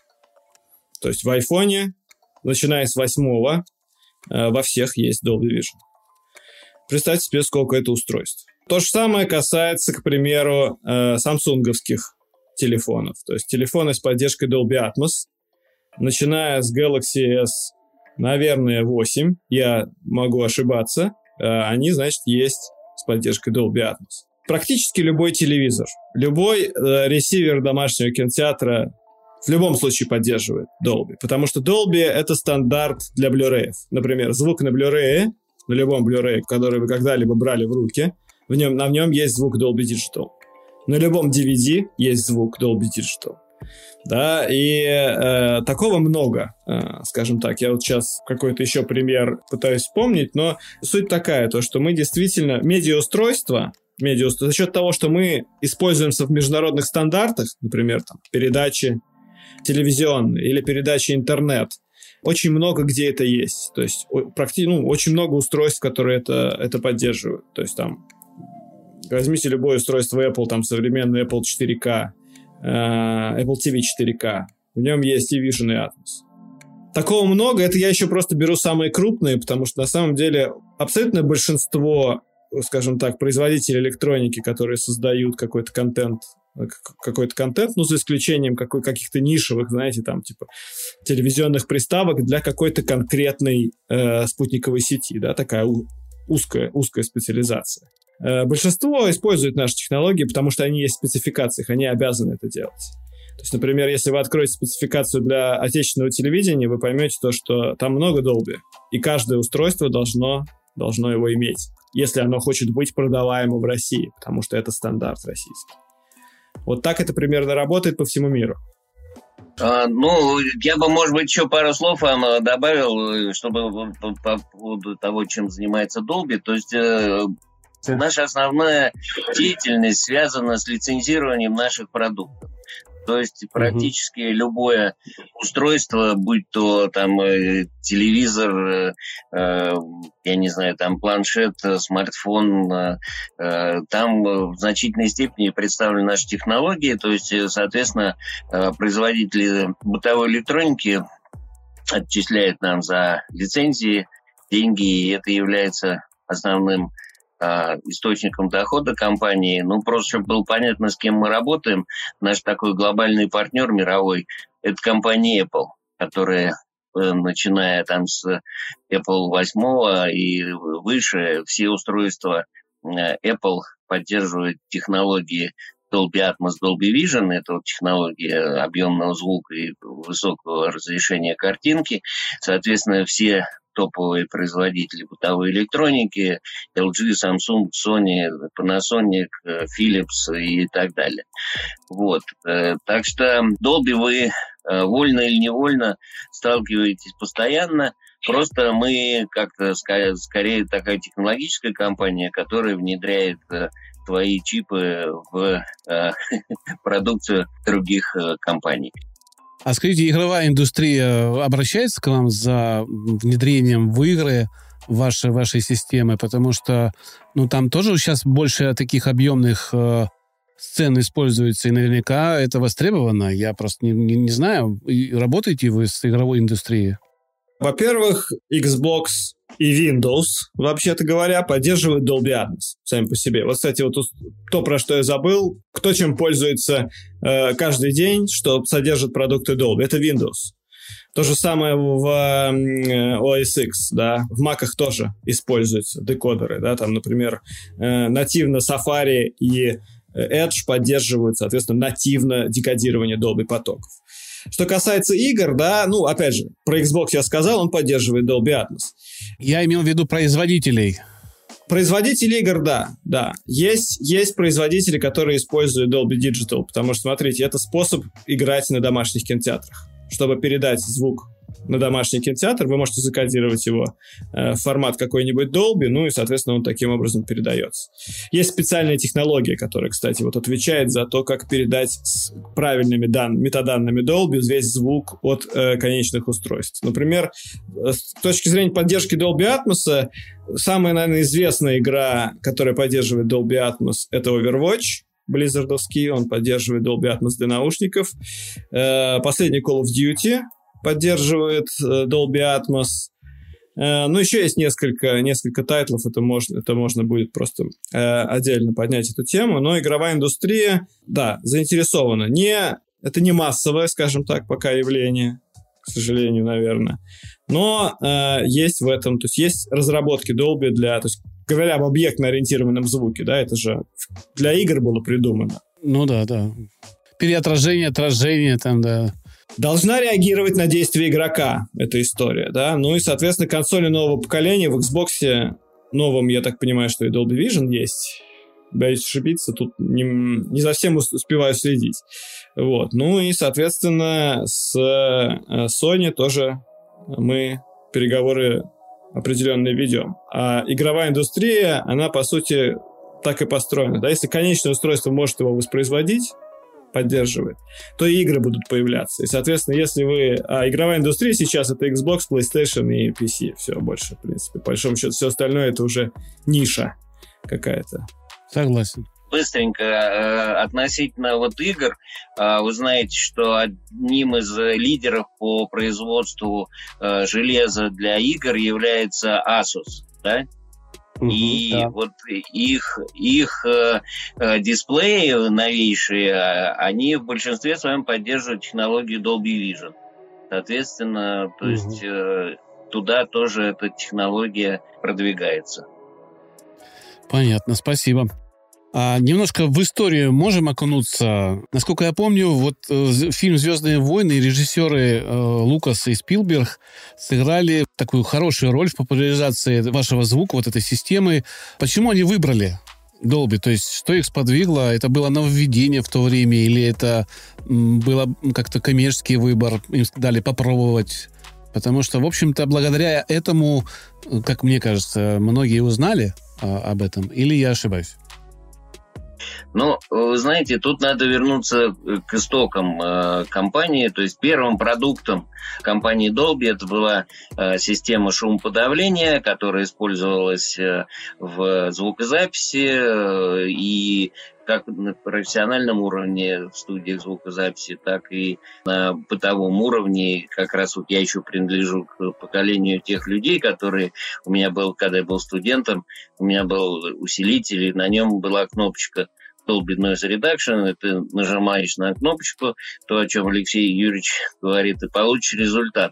То есть в iPhone, начиная с восьмого, во всех есть Dolby Vision. Представьте себе, сколько это устройств. То же самое касается, к примеру, самсунговских телефонов. То есть телефоны с поддержкой Dolby Atmos, начиная с Galaxy эс, наверное, восемь, я могу ошибаться, они, значит, есть с поддержкой Dolby Atmos. Практически любой телевизор, любой ресивер домашнего кинотеатра в любом случае поддерживает Dolby, потому что Dolby — это стандарт для Blu-ray. Например, звук на Blu-ray, на любом Blu-ray, который вы когда-либо брали в руки, в нем, на нем есть звук Dolby Digital. На любом ди ви ди есть звук Dolby Digital. Да, и э, такого много, э, скажем так. Я вот сейчас какой-то еще пример пытаюсь вспомнить, но суть такая, то, что мы действительно медиаустройства, медиаустройства за счет того, что мы используемся в международных стандартах, например, там, передачи телевизионные или передачи интернет, очень много где это есть. То есть практически, ну, очень много устройств, которые это, это поддерживают. То есть там возьмите любое устройство Apple, там современный Apple четыре ка, Apple ти ви четыре ка. В нем есть и Vision, и Atmos. Такого много. Это я еще просто беру самые крупные, потому что на самом деле абсолютное большинство, скажем так, производителей электроники, которые создают какой-то контент, какой-то контент, ну, за исключением какой- каких-то нишевых, знаете, там, типа, телевизионных приставок для какой-то конкретной э, спутниковой сети, да, такая у- узкая, узкая специализация. Э, большинство использует наши технологии, потому что они есть в спецификациях, они обязаны это делать. То есть, например, если вы откроете спецификацию для отечественного телевидения, вы поймете то, что там много Dolby, и каждое устройство должно, должно его иметь, если оно хочет быть продаваемо в России, потому что это стандарт российский. Вот так это примерно работает по всему миру. А, ну, я бы, может быть, еще пару слов вам добавил, чтобы по, по поводу того, чем занимается Dolby. То есть э, наша основная деятельность связана с лицензированием наших продуктов. То есть практически mm-hmm. любое устройство, будь то там э, телевизор, э, э, я не знаю, там планшет, э, смартфон, э, э, там в значительной степени представлены наши технологии. То есть, э, соответственно, э, производители бытовой электроники отчисляют нам за лицензии деньги, и это является основным источником дохода компании. Ну, просто чтобы было понятно, с кем мы работаем. Наш такой глобальный партнер мировой – это компания Apple, которая, начиная там с Apple восемь и выше, все устройства Apple поддерживают технологии Dolby Atmos, Dolby Vision. Это вот технология объемного звука и высокого разрешения картинки. Соответственно, все топовые производители бытовой электроники, эл джи, Samsung, Sony, Panasonic, Philips и так далее. Вот. Так что Dolby вы вольно или невольно сталкиваетесь постоянно. Просто мы как-то скорее такая технологическая компания, которая внедряет твои чипы в продукцию других компаний. А скажите, игровая индустрия обращается к вам за внедрением в игры вашей, вашей системы? Потому что ну, там тоже сейчас больше таких объемных э, сцен используется, и наверняка это востребовано. Я просто не, не, не знаю, и работаете вы с игровой индустрией? Во-первых, Xbox и Windows, вообще-то говоря, поддерживают Dolby Atmos сами по себе. Вот, кстати, вот то, про что я забыл, кто чем пользуется э, каждый день, что содержит продукты Dolby, это Windows. То же самое в э, о эс икс, да, в Mac'ах тоже используются декодеры, да, там, например, э, нативно Safari и Edge поддерживают, соответственно, нативно декодирование Dolby потоков. Что касается игр, да, ну, опять же, про Xbox я сказал, он поддерживает Dolby Atmos. Я имел в виду производителей. Производители игр, да, да. Есть, есть производители, которые используют Dolby Digital, потому что, смотрите, это способ играть на домашних кинотеатрах. Чтобы передать звук на домашний кинотеатр, вы можете закодировать его э, в формат какой-нибудь Dolby, ну и, соответственно, он таким образом передается. Есть специальная технология, которая, кстати, вот отвечает за то, как передать с правильными дан- метаданными Dolby весь звук от э, конечных устройств. Например, с точки зрения поддержки Dolby Atmos, самая, наверное, известная игра, которая поддерживает Dolby Atmos, это Overwatch. Blizzardовский, он поддерживает Dolby Atmos для наушников. Э, последний Call of Duty поддерживает э, Dolby Atmos. Э, ну, еще есть несколько, несколько тайтлов, это можно, это можно будет просто э, отдельно поднять эту тему, но игровая индустрия, да, заинтересована. Не, это не массовое, скажем так, пока явление, к сожалению, наверное, но э, есть в этом, то есть есть разработки Dolby для, то есть говоря об объектно-ориентированном звуке, да, это же для игр было придумано. Ну да, да. Переотражение, отражение там, да. Должна реагировать на действия игрока эта история, да. Ну и, соответственно, консоли нового поколения в Xbox новом, я так понимаю, что и Dolby Vision есть. Боюсь ошибиться, тут не, не совсем успеваю следить. Вот. Ну и, соответственно, с Sony тоже мы переговоры определенные ведем. А игровая индустрия, она, по сути, так и построена. Да? Если конечное устройство может его воспроизводить, поддерживает, то и игры будут появляться. И, соответственно, если вы... А игровая индустрия сейчас это Xbox, PlayStation и пи си. Все, больше, в принципе. По большому счету, все остальное это уже ниша какая-то. Согласен. Быстренько э, относительно вот игр, э, вы знаете, что одним из лидеров по производству э, железа для игр является Asus, да? Mm-hmm, и да. вот их, их э, э, дисплеи новейшие, э, они в большинстве своем поддерживают технологию Dolby Vision. Соответственно, то mm-hmm. есть э, туда тоже эта технология продвигается. Понятно, спасибо. А немножко в историю можем окунуться. Насколько я помню, вот э, фильм «Звездные войны» и режиссеры э, Лукас и Спилберг сыграли такую хорошую роль в популяризации вашего звука, вот этой системы. Почему они выбрали Dolby? То есть что их сподвигло? Это было нововведение в то время или это м, было как-то коммерческий выбор? Им дали попробовать? Потому что, в общем-то, благодаря этому, как мне кажется, многие узнали а, об этом. Или я ошибаюсь? Ну, вы знаете, тут надо вернуться к истокам э, компании. То есть первым продуктом компании Dolby это была э, система шумоподавления, которая использовалась э, в звукозаписи э, и как на профессиональном уровне в студиях звукозаписи, так и на бытовом уровне. Как раз вот я еще принадлежу к поколению тех людей, которые... У меня был, когда я был студентом, у меня был усилитель, и на нем была кнопочка Dolby Noise Reduction, и ты нажимаешь на кнопочку, то, о чем Алексей Юрьевич говорит, и получишь результат.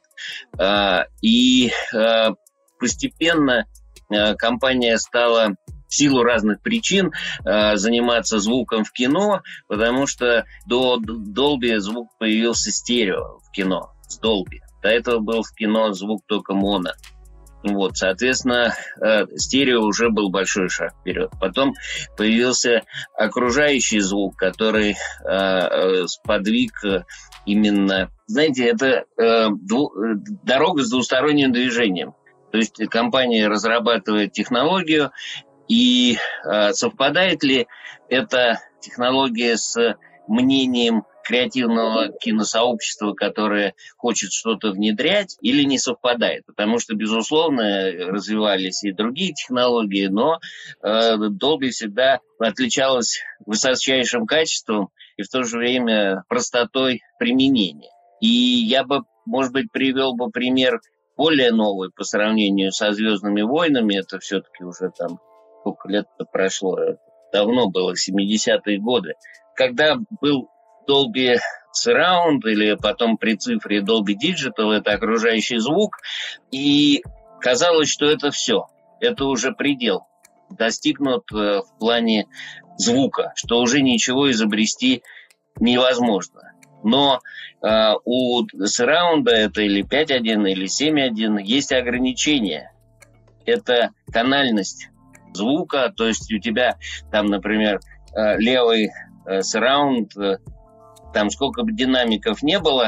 И постепенно компания стала в силу разных причин заниматься звуком в кино, потому что до Dolby звук появился стерео в кино, с Dolby. До этого был в кино звук только моно. Вот, соответственно, стерео уже был большой шаг вперед. Потом появился окружающий звук, который э, сподвиг именно... Знаете, это э, дву, дорога с двусторонним движением. То есть компания разрабатывает технологию, и э, совпадает ли эта технология с мнением креативного киносообщества, которое хочет что-то внедрять, или не совпадает. Потому что, безусловно, развивались и другие технологии, но э, Dolby всегда отличалась высочайшим качеством и в то же время простотой применения. И я бы, может быть, привел бы пример более новый по сравнению со «Звездными войнами». Это все-таки уже там сколько лет-то прошло, давно было, в семидесятые годы. Когда был Dolby Surround, или потом при цифре Dolby Digital, это окружающий звук, и казалось, что это все, это уже предел достигнут в плане звука, что уже ничего изобрести невозможно. Но э, у Surround, это или пять один, или семь один, есть ограничения. Это тональность звука, то есть у тебя там, например, э, левый э, Surround, э, там сколько бы динамиков не было,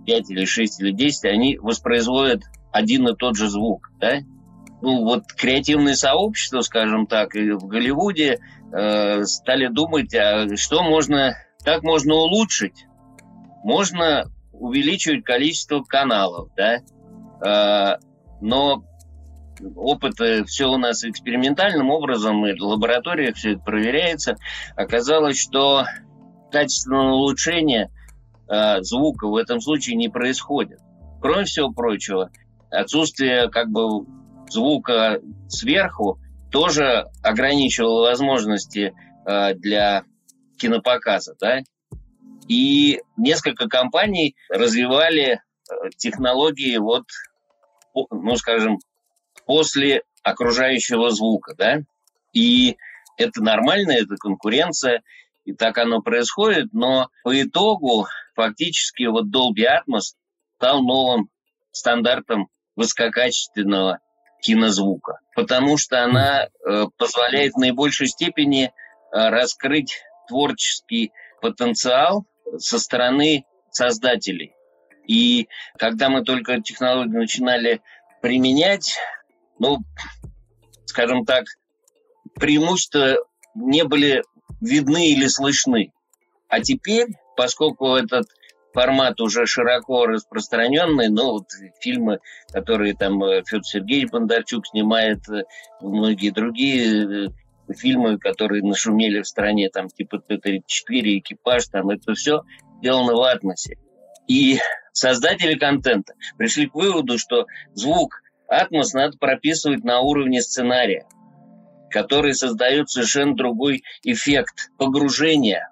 пять или шесть или десять, они воспроизводят один и тот же звук, да? Ну, вот креативное сообщество, скажем так, и в Голливуде э, стали думать, а что можно, как можно улучшить. Можно увеличивать количество каналов, да? Э, но опыт, все у нас экспериментальным образом, и в лабораториях все это проверяется. Оказалось, что качественного улучшения э, звука в этом случае не происходит. Кроме всего прочего, отсутствие как бы звука сверху тоже ограничивало возможности э, для кинопоказа, да? И несколько компаний развивали э, технологии вот, ну, скажем, после окружающего звука, да? И это нормально, это конкуренция, и так оно происходит, но по итогу фактически вот Dolby Atmos стал новым стандартом высококачественного кинозвука, потому что она э, позволяет в наибольшей степени э, раскрыть творческий потенциал со стороны создателей. И когда мы только технологию начинали применять, ну, скажем так, преимущества не были видны или слышны. А теперь, поскольку этот формат уже широко распространенный, ну, вот фильмы, которые там Федор Сергеевич Бондарчук снимает, многие другие фильмы, которые нашумели в стране, там, типа Т тридцать четыре, «Экипаж», там, это все сделано в Атмосе. И создатели контента пришли к выводу, что звук Atmos надо прописывать на уровне сценария, который создает совершенно другой эффект погружения.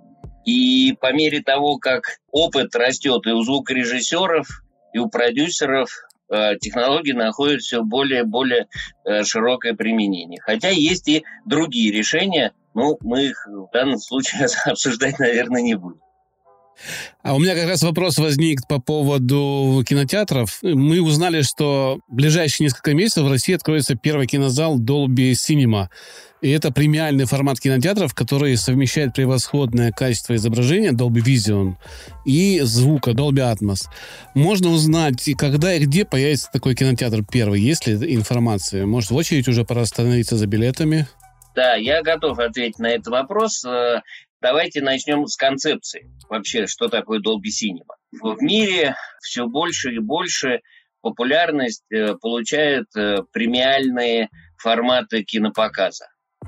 И по мере того, как опыт растет и у звукорежиссеров, и у продюсеров, технологии находят все более и более широкое применение. Хотя есть и другие решения, но мы их в данном случае обсуждать, наверное, не будем. А у меня как раз вопрос возник по поводу кинотеатров. Мы узнали, что в ближайшие несколько месяцев в России откроется первый кинозал Dolby Cinema. И это премиальный формат кинотеатров, который совмещает превосходное качество изображения Dolby Vision и звука Dolby Atmos. Можно узнать, когда и где появится такой кинотеатр первый? Есть ли информация? Может, в очередь уже пора становиться за билетами? Да, я готов ответить на этот вопрос. Давайте начнем с концепции. Вообще, что такое Dolby Cinema? В мире все больше и больше популярность получают премиальные форматы кинопоказа.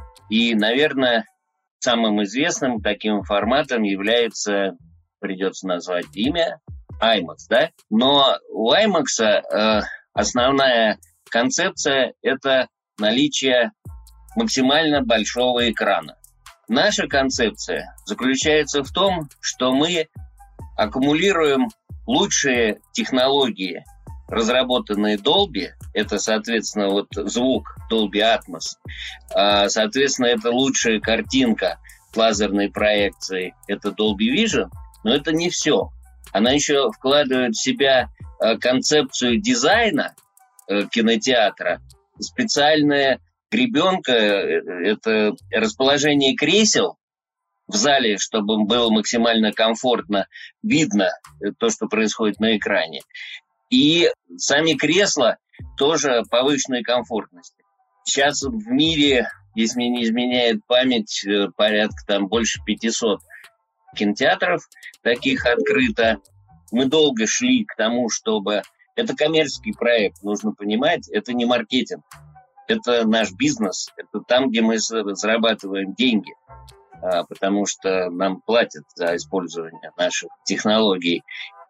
И, наверное, самым известным таким форматом является, придется назвать имя, IMAX, да? Но у IMAX э, основная концепция – это наличие максимально большого экрана. Наша концепция заключается в том, что мы аккумулируем лучшие технологии, разработанные Dolby, это, соответственно, вот звук Dolby Atmos, соответственно, это лучшая картинка лазерной проекции, это Dolby Vision, но это не все. Она еще вкладывает в себя концепцию дизайна кинотеатра, специальная гребенка, это расположение кресел в зале, чтобы было максимально комфортно видно то, что происходит на экране. И сами кресла тоже повышенной комфортности. Сейчас в мире, если мне не изменяет память, порядка там больше пятисот кинотеатров таких открыто. Мы долго шли к тому, чтобы... Это коммерческий проект, нужно понимать, это не маркетинг. Это наш бизнес, это там, где мы зарабатываем деньги, потому что нам платят за использование наших технологий.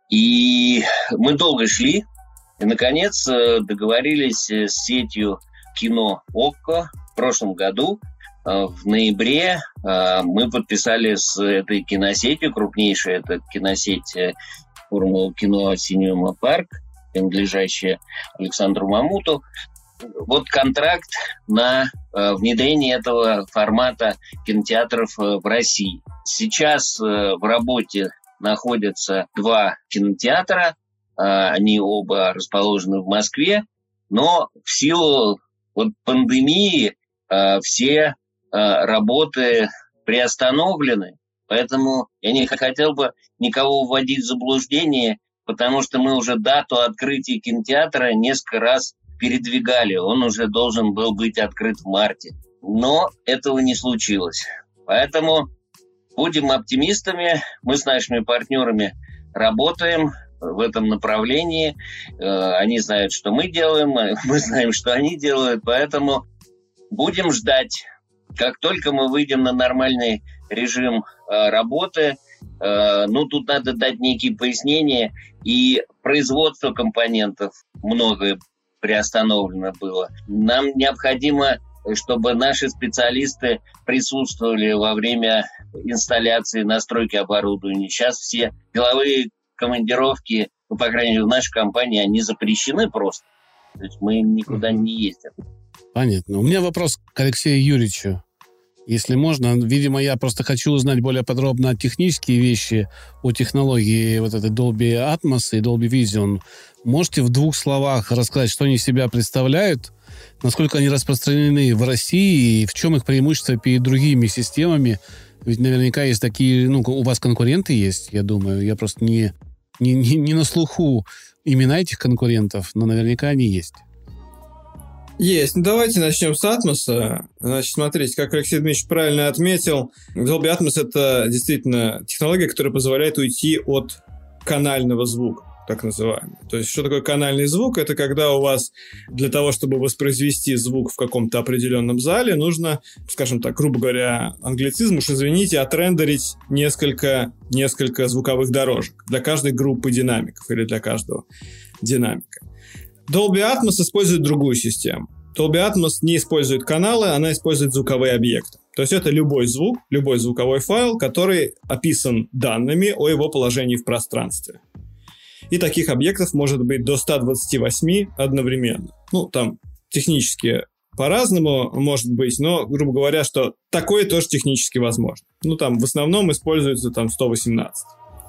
И мы долго шли, и, наконец, договорились с сетью кино ОККО в прошлом году. В ноябре мы подписали с этой киносетью, крупнейшей это киносеть Формула кино Cinema Park, принадлежащая Александру Мамуту, вот контракт на э, внедрение этого формата кинотеатров э, в России. Сейчас э, в работе находятся два кинотеатра, э, они оба расположены в Москве, но в силу вот, пандемии э, все э, работы приостановлены, поэтому я не хотел бы никого вводить в заблуждение потому что мы уже дату открытия кинотеатра несколько раз передвигали. Он уже должен был быть открыт в марте. Но этого не случилось. Поэтому будем оптимистами. Мы с нашими партнерами работаем в этом направлении. Они знают, что мы делаем, мы знаем, что они делают. Поэтому будем ждать. Как только мы выйдем на нормальный режим работы, ну, тут надо дать некие пояснения. И производство компонентов многое приостановлено было. Нам необходимо, чтобы наши специалисты присутствовали во время инсталляции, настройки оборудования. Сейчас все деловые командировки, ну, по крайней мере, в нашей компании, они запрещены просто. То есть мы никуда не ездим. Понятно. У меня вопрос к Алексею Юрьевичу. Если можно, видимо, я просто хочу узнать более подробно технические вещи о технологии вот этой Dolby Atmos и Dolby Vision. Можете в двух словах рассказать, что они из себя представляют, насколько они распространены в России и в чем их преимущество перед другими системами? Ведь наверняка есть такие, ну, у вас конкуренты есть, я думаю. Я просто не, не, не, не на слуху имена этих конкурентов, но наверняка они есть. Есть. Ну, давайте начнем с Atmos. Значит, смотрите, как Алексей Дмитриевич правильно отметил, Dolby Atmos – это действительно технология, которая позволяет уйти от канального звука, так называемый. То есть, что такое канальный звук? Это когда у вас для того, чтобы воспроизвести звук в каком-то определенном зале, нужно, скажем так, грубо говоря, англицизм, уж извините, отрендерить несколько, несколько звуковых дорожек для каждой группы динамиков или для каждого динамика. Dolby Atmos использует другую систему. Dolby Atmos не использует каналы, она использует звуковые объекты. То есть это любой звук, любой звуковой файл, который описан данными о его положении в пространстве. И таких объектов может быть до ста двадцати восьми одновременно. Ну, там технически по-разному может быть, но, грубо говоря, что такое тоже технически возможно. Ну, там в основном используется там сто восемнадцать.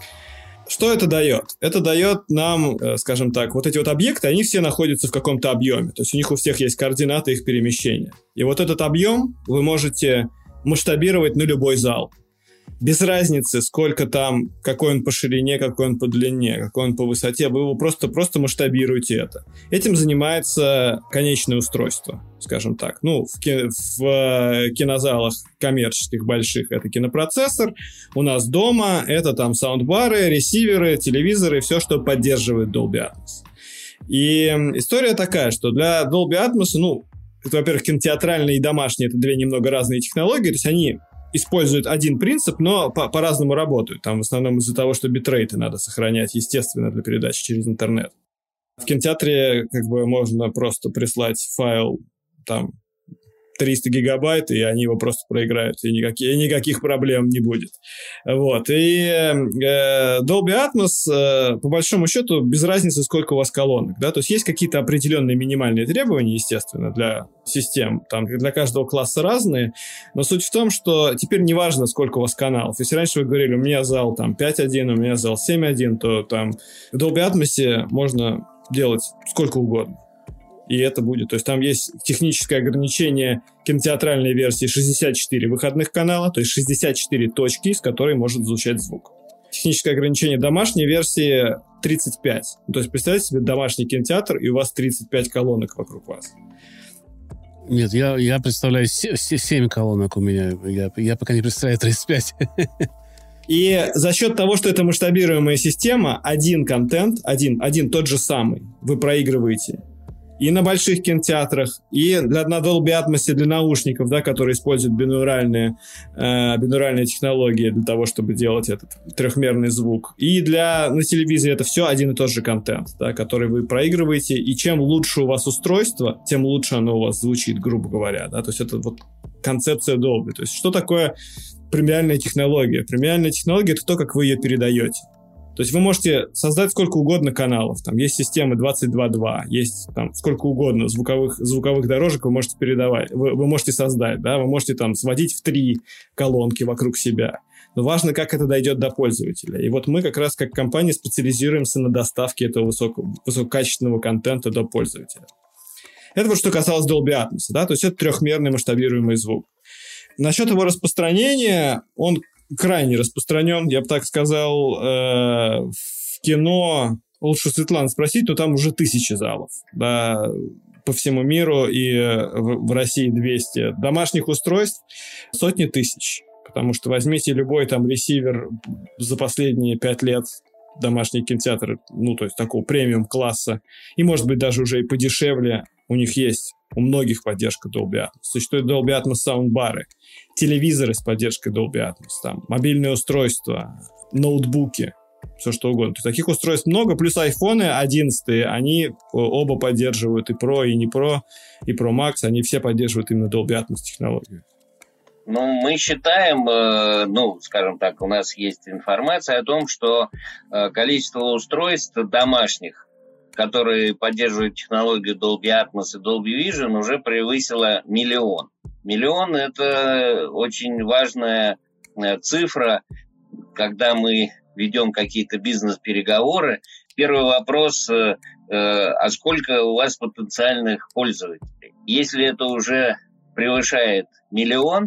Что это дает? Это дает нам, скажем так, вот эти вот объекты, они все находятся в каком-то объеме. То есть у них у всех есть координаты их перемещения. И вот этот объем вы можете масштабировать на любой зал. Без разницы, сколько там, какой он по ширине, какой он по длине, какой он по высоте, вы его просто, просто масштабируете это. Этим занимается конечное устройство, скажем так. Ну, в, ки- в кинозалах коммерческих больших это кинопроцессор. У нас дома это там саундбары, ресиверы, телевизоры, все, что поддерживает Dolby Atmos. И история такая, что для Dolby Atmos, ну, это, во-первых, кинотеатральные и домашние, это две немного разные технологии, то есть они используют один принцип, но по- по-разному работают. Там в основном из-за того, что битрейты надо сохранять, естественно, для передачи через интернет. В кинотеатре как бы можно просто прислать файл там триста гигабайт, и они его просто проиграют, и, никакие, и никаких проблем не будет. Вот. И э, Dolby Atmos, э, по большому счету, без разницы, сколько у вас колонок. Да? То есть есть какие-то определенные минимальные требования, естественно, для систем. Там для каждого класса разные. Но суть в том, что теперь не важно, сколько у вас каналов. Если раньше вы говорили, у меня зал там пять один, у меня зал семь один, то там в Dolby Atmos можно делать сколько угодно. И это будет. То есть там есть техническое ограничение кинотеатральной версии шестьдесят четыре выходных канала, то есть шестьдесят четыре точки, из которой может звучать звук. Техническое ограничение домашней версии тридцать пять. То есть представьте себе домашний кинотеатр, и у вас тридцать пять колонок вокруг вас. Нет, я, я представляю семь колонок у меня. Я, я пока не представляю тридцать пять. И за счет того, что это масштабируемая система, один контент, один, один тот же самый, вы проигрываете и на больших кинотеатрах, и для, на Dolby Atmos для наушников, да, которые используют бинуральные, э, бинуральные технологии для того, чтобы делать этот трехмерный звук. И для, на телевизоре это все один и тот же контент, да, который вы проигрываете. И чем лучше у вас устройство, тем лучше оно у вас звучит, грубо говоря. Да? То есть это вот концепция Dolby. То есть что такое премиальная технология? Премиальная технология — это то, как вы ее передаете. То есть вы можете создать сколько угодно каналов. Там есть системы двадцать два два, есть там сколько угодно звуковых, звуковых дорожек вы можете передавать, вы, вы можете создать, да, вы можете там сводить в три колонки вокруг себя. Но важно, как это дойдет до пользователя. И вот мы как раз как компания специализируемся на доставке этого высокого, высококачественного контента до пользователя. Это вот что касалось Dolby Atmos, да, то есть это трехмерный масштабируемый звук. Насчет его распространения, он крайне распространен, я бы так сказал, э, в кино лучше Светлана спросить, но там уже тысячи залов, да, по всему миру, и в, в России двести. Домашних устройств сотни тысяч, потому что возьмите любой там ресивер за последние пять лет, домашние кинотеатры, ну, то есть такого премиум-класса, и, может быть, даже уже и подешевле, у них есть, у многих поддержка Dolby Atmos. Существуют Dolby Atmos саундбары, телевизоры с поддержкой Dolby Atmos, там, мобильные устройства, ноутбуки, все что угодно. То есть таких устройств много, плюс айфоны одиннадцать, они оба поддерживают и Pro, и не Pro, и Pro Max, они все поддерживают именно Dolby Atmos технологию. Ну, мы считаем, э, ну, скажем так, у нас есть информация о том, что э, количество устройств домашних, которые поддерживают технологию Dolby Atmos и Dolby Vision, уже превысило миллион. Миллион – это очень важная э, цифра, когда мы ведем какие-то бизнес-переговоры. Первый вопрос э, э, а сколько у вас потенциальных пользователей? Если это уже превышает миллион,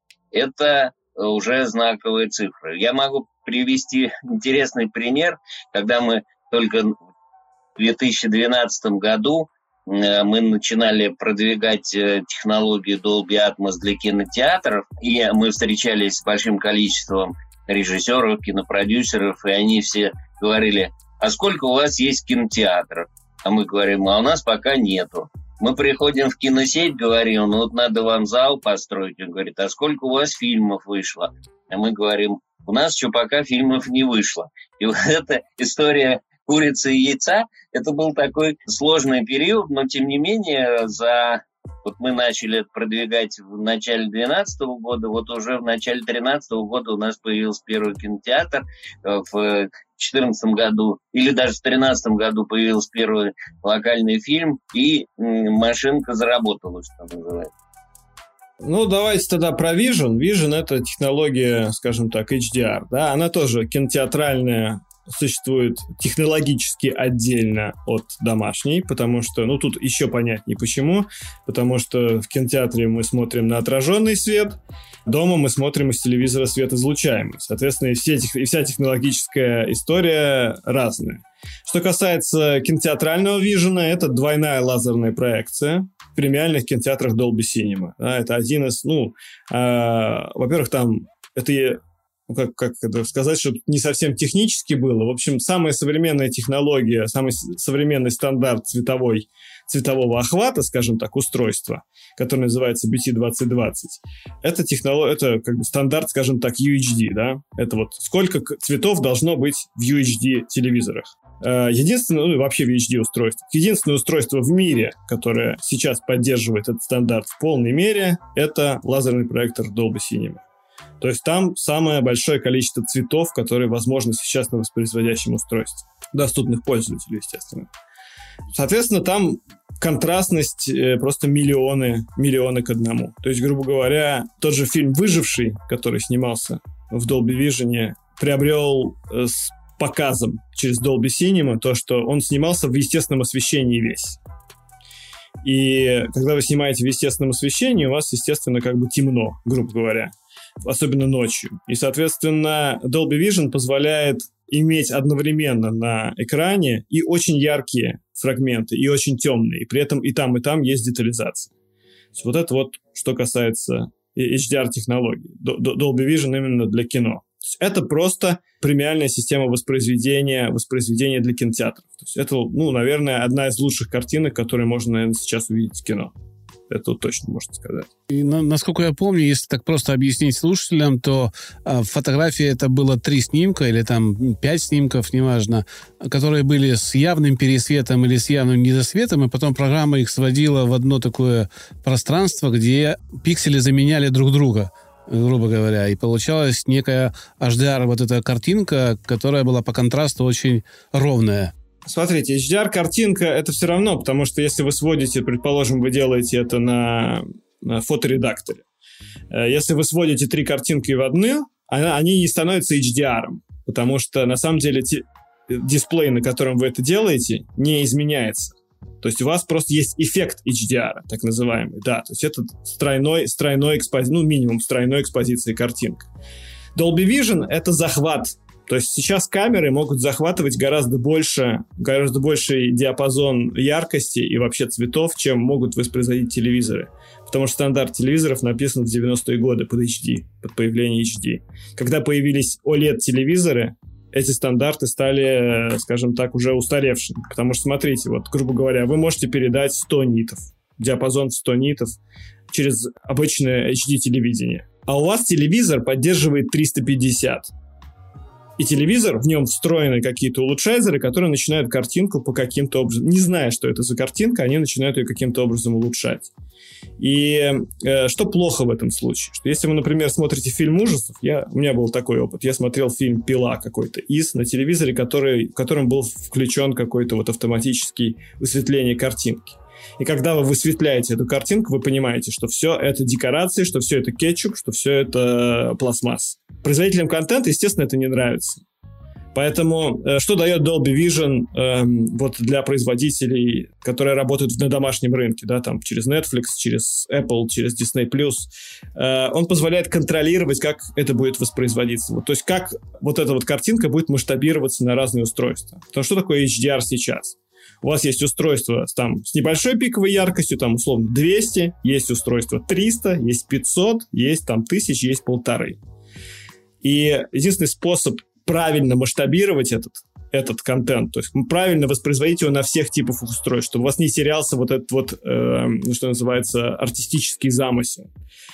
это уже знаковые цифры. Я могу привести интересный пример, когда мы только в две тысячи двенадцатом году мы начинали продвигать технологию Dolby Atmos для кинотеатров, и мы встречались с большим количеством режиссеров, кинопродюсеров, и они все говорили: а сколько у вас есть кинотеатров? А мы говорим: а у нас пока нету. Мы приходим в киносеть, говорим: ну вот надо вам зал построить. Он говорит: а сколько у вас фильмов вышло? А мы говорим: у нас еще пока фильмов не вышло. И вот эта история курицы и яйца, это был такой сложный период, но тем не менее за... Вот мы начали это продвигать в начале две тысячи двенадцатого года, вот уже в начале две тысячи тринадцатого года у нас появился первый кинотеатр, в две тысячи четырнадцатом году или даже в две тысячи тринадцатом году появился первый локальный фильм, и машинка заработала, что называется. Ну, давайте тогда про Vision. Vision — это технология, скажем так, эйч ди ар, да, она тоже кинотеатральная, существует технологически отдельно от домашней, потому что, ну, тут еще понятнее почему, потому что в кинотеатре мы смотрим на отраженный свет, дома мы смотрим из телевизора светоизлучаемый. Соответственно, и, все, и вся технологическая история разная. Что касается кинотеатрального Vision, это двойная лазерная проекция в премиальных кинотеатрах Dolby Cinema. Да, это один из, ну, э, во-первых, там это... Как, как это сказать, чтобы не совсем технически было. В общем, самая современная технология, самый современный стандарт цветовой, цветового охвата, скажем так, устройства, который называется би ти двадцать двадцать, это, технолог... это как бы стандарт, скажем так, ю эйч ди, да? Это вот сколько цветов должно быть в ю эйч ди телевизорах. Единственное, ну, вообще в ю эйч ди устройствах. Единственное устройство в мире, которое сейчас поддерживает этот стандарт в полной мере, это лазерный проектор Dolby Cinema. То есть там самое большое количество цветов, которые возможны сейчас на воспроизводящем устройстве. Доступных пользователю, естественно. Соответственно, там контрастность просто миллионы, миллионы к одному. То есть, грубо говоря, тот же фильм «Выживший», который снимался в Dolby Vision, приобрел с показом через Dolby Cinema то, что он снимался в естественном освещении весь. И когда вы снимаете в естественном освещении, у вас, естественно, как бы темно, грубо говоря. Особенно ночью. И, соответственно, Dolby Vision позволяет иметь одновременно на экране и очень яркие фрагменты, и очень темные. И при этом и там, и там есть детализация. То есть вот это вот, что касается эйч ди ар-технологий. Dolby Vision именно для кино. То есть это просто премиальная система воспроизведения, воспроизведения для кинотеатров. То есть это, ну, наверное, одна из лучших картинок, которые можно, наверное, сейчас увидеть в кино. Это точно можно сказать. И, на, насколько я помню, если так просто объяснить слушателям, то а, фотографии это было три снимка или там пять снимков, неважно, которые были с явным пересветом или с явным недосветом, и потом программа их сводила в одно такое пространство, где пиксели заменяли друг друга, грубо говоря, и получалась некая эйч ди ар, вот эта картинка, которая была по контрасту очень ровная. Смотрите, эйч ди ар-картинка — это все равно, потому что если вы сводите, предположим, вы делаете это на, на фоторедакторе. Если вы сводите три картинки в одну, они не становятся эйч ди ар, потому что, на самом деле, те, дисплей, на котором вы это делаете, не изменяется. То есть у вас просто есть эффект эйч ди ар, так называемый. Да, то есть это стройной, стройной экспози... ну, минимум стройной экспозиции картинка. Dolby Vision — это захват То есть сейчас камеры могут захватывать гораздо больше, гораздо больший диапазон яркости и вообще цветов, чем могут воспроизводить телевизоры. Потому что стандарт телевизоров написан в девяностые годы под эйч ди, под появление эйч ди. Когда появились о лед-телевизоры, эти стандарты стали, скажем так, уже устаревшими. Потому что, смотрите, вот, грубо говоря, вы можете передать сто нитов, диапазон сто нитов через обычное эйч ди-телевидение. А у вас телевизор поддерживает триста пятьдесят. И телевизор, в нем встроены какие-то улучшайзеры, которые начинают картинку по каким-то образом... Не зная, что это за картинка, они начинают ее каким-то образом улучшать. И э, что плохо в этом случае? Что если вы, например, смотрите фильм ужасов, я, у меня был такой опыт, я смотрел фильм «Пила» какой-то из на телевизоре, который, в котором был включен какой-то вот автоматический высветление картинки. И когда вы высветляете эту картинку, вы понимаете, что все это декорации, что все это кетчуп, что все это пластмасс. Производителям контента, естественно, это не нравится. Поэтому э, что дает Dolby Vision э, вот для производителей, которые работают на домашнем рынке, да, там через Netflix, через Apple, через Disney+, э, он позволяет контролировать, как это будет воспроизводиться. Вот, то есть как вот эта вот картинка будет масштабироваться на разные устройства. Потому что такое эйч ди ар сейчас? У вас есть устройство там, с небольшой пиковой яркостью, там, условно, двести, есть устройство триста, есть пятьсот, есть там тысяча, есть полторы. И единственный способ правильно масштабировать этот, этот контент, то есть правильно воспроизводить его на всех типах устройств, чтобы у вас не терялся вот этот вот, э, что называется, артистический замысел.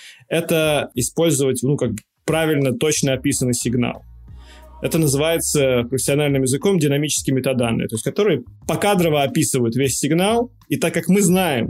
Это использовать, ну, как бы правильно, точно описанный сигнал. Это называется профессиональным языком динамические метаданные, то есть которые покадрово описывают весь сигнал, и так как мы знаем,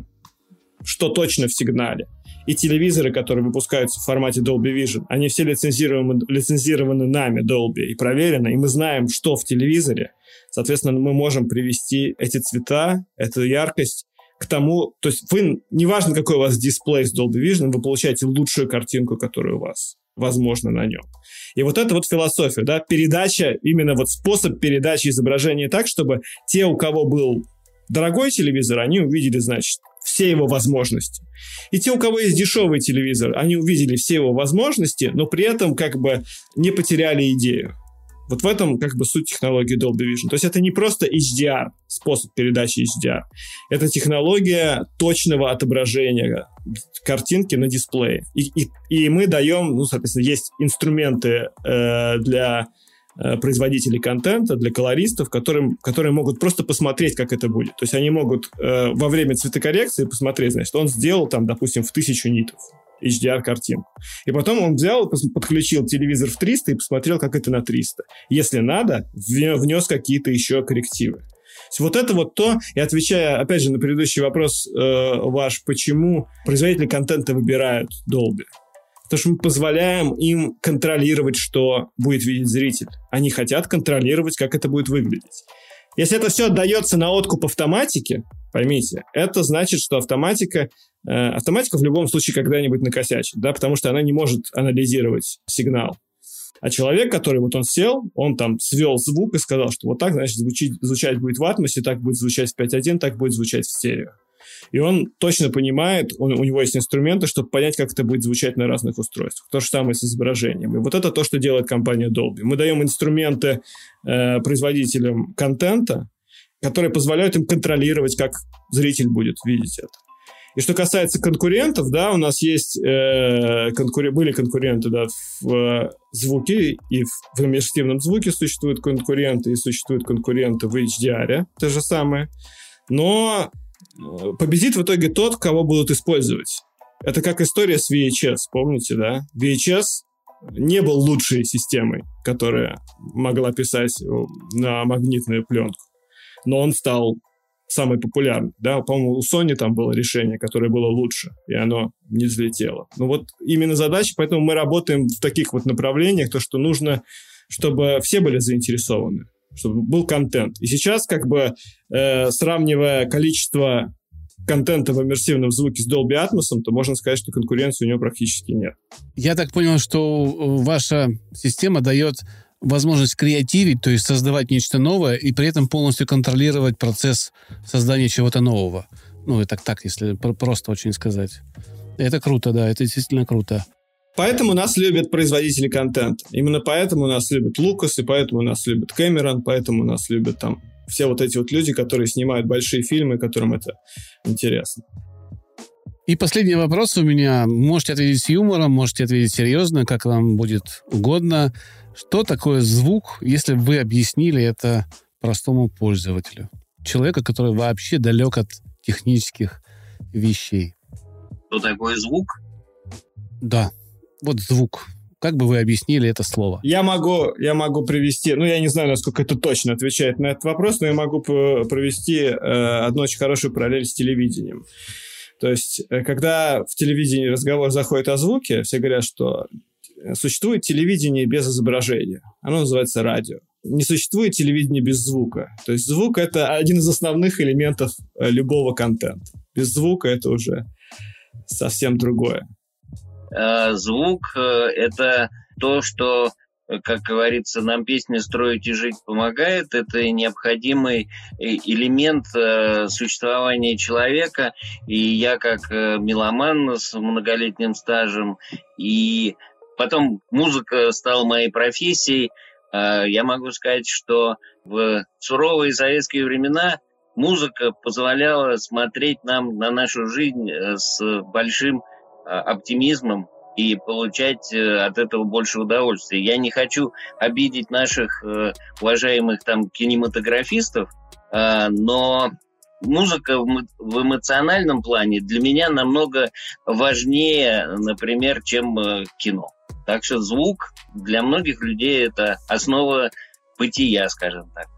что точно в сигнале, и телевизоры, которые выпускаются в формате Dolby Vision, они все лицензированы, лицензированы нами Dolby и проверены, и мы знаем, что в телевизоре, соответственно, мы можем привести эти цвета, эту яркость к тому, то есть вы, неважно, какой у вас дисплей с Dolby Vision, вы получаете лучшую картинку, которая у вас возможно на нем. И вот это вот философия, да, передача, именно вот способ передачи изображения так, чтобы те, у кого был дорогой телевизор, они увидели, значит, все его возможности. И те, у кого есть дешевый телевизор, они увидели все его возможности, но при этом как бы не потеряли идею. Вот в этом как бы суть технологии Dolby Vision. То есть это не просто эйч ди ар, способ передачи эйч ди ар. Это технология точного отображения картинки на дисплее. И, и, и мы даем, ну, соответственно, есть инструменты э, для э, производителей контента, для колористов, которым, которые могут просто посмотреть, как это будет. То есть они могут э, во время цветокоррекции посмотреть, значит, он сделал там, допустим, в тысячу нитов эйч ди ар-картинку. И потом он взял, подключил телевизор в триста и посмотрел, как это на триста. Если надо, внес какие-то еще коррективы. Вот это вот то, и отвечая, опять же, на предыдущий вопрос э, ваш, почему производители контента выбирают Dolby. Потому что мы позволяем им контролировать, что будет видеть зритель. Они хотят контролировать, как это будет выглядеть. Если это все отдается на откуп автоматике, поймите, это значит, что автоматика, э, автоматика в любом случае когда-нибудь накосячит, да, потому что она не может анализировать сигнал. А человек, который вот он сел, он там свел звук и сказал, что вот так, значит, звучить, звучать будет в атмосе, так будет звучать в пять точка один, так будет звучать в стерео. И он точно понимает, он, у него есть инструменты, чтобы понять, как это будет звучать на разных устройствах. То же самое с изображением. И вот это то, что делает компания Dolby. Мы даем инструменты э, производителям контента, которые позволяют им контролировать, как зритель будет видеть это. И что касается конкурентов, да, у нас есть э, конкур... были конкуренты, да, в э, звуке, и в, в иммерсивном звуке существуют конкуренты, и существуют конкуренты в эйч ди ар, то же самое. Но победит в итоге тот, кого будут использовать. Это как история с ви эйч эс, помните, да? ви эйч эс не был лучшей системой, которая могла писать на магнитную пленку, но он стал самый популярный, да, по-моему, у Sony там было решение, которое было лучше, и оно не взлетело. Ну вот именно задача, поэтому мы работаем в таких вот направлениях, то, что нужно, чтобы все были заинтересованы, чтобы был контент. И сейчас, как бы, э, сравнивая количество контента в иммерсивном звуке с Dolby Atmos, то можно сказать, что конкуренции у него практически нет. Я так понял, что ваша система дает возможность креативить, то есть создавать нечто новое и при этом полностью контролировать процесс создания чего-то нового. Ну, это так, если просто очень сказать. Это круто, да, это действительно круто. Поэтому нас любят производители контента. Именно поэтому нас любят Лукас, и поэтому нас любят Кэмерон, поэтому нас любят там все вот эти вот люди, которые снимают большие фильмы, которым это интересно. И последний вопрос у меня. Можете ответить с юмором, можете ответить серьезно, как вам будет угодно. Что такое звук, если бы вы объяснили это простому пользователю? Человека, который вообще далек от технических вещей. Что такое звук? Да, вот звук. Как бы вы объяснили это слово? Я могу, я могу привести, ну, я не знаю, насколько это точно отвечает на этот вопрос, но я могу провести э, одну очень хорошую параллель с телевидением. То есть, когда в телевидении разговор заходит о звуке, все говорят, что существует телевидение без изображения. Оно называется радио. Не существует телевидения без звука. То есть, звук – это один из основных элементов любого контента. Без звука это уже совсем другое. Звук – это то, что, как говорится, нам песни строить и жить помогает. Это необходимый элемент существования человека. И я, как меломан с многолетним стажем, и потом музыка стала моей профессией, я могу сказать, что в суровые советские времена музыка позволяла смотреть нам на нашу жизнь с большим оптимизмом и получать от этого больше удовольствия. Я не хочу обидеть наших уважаемых там кинематографистов, но музыка в эмоциональном плане для меня намного важнее, например, чем кино. Так что звук для многих людей это основа бытия, скажем так.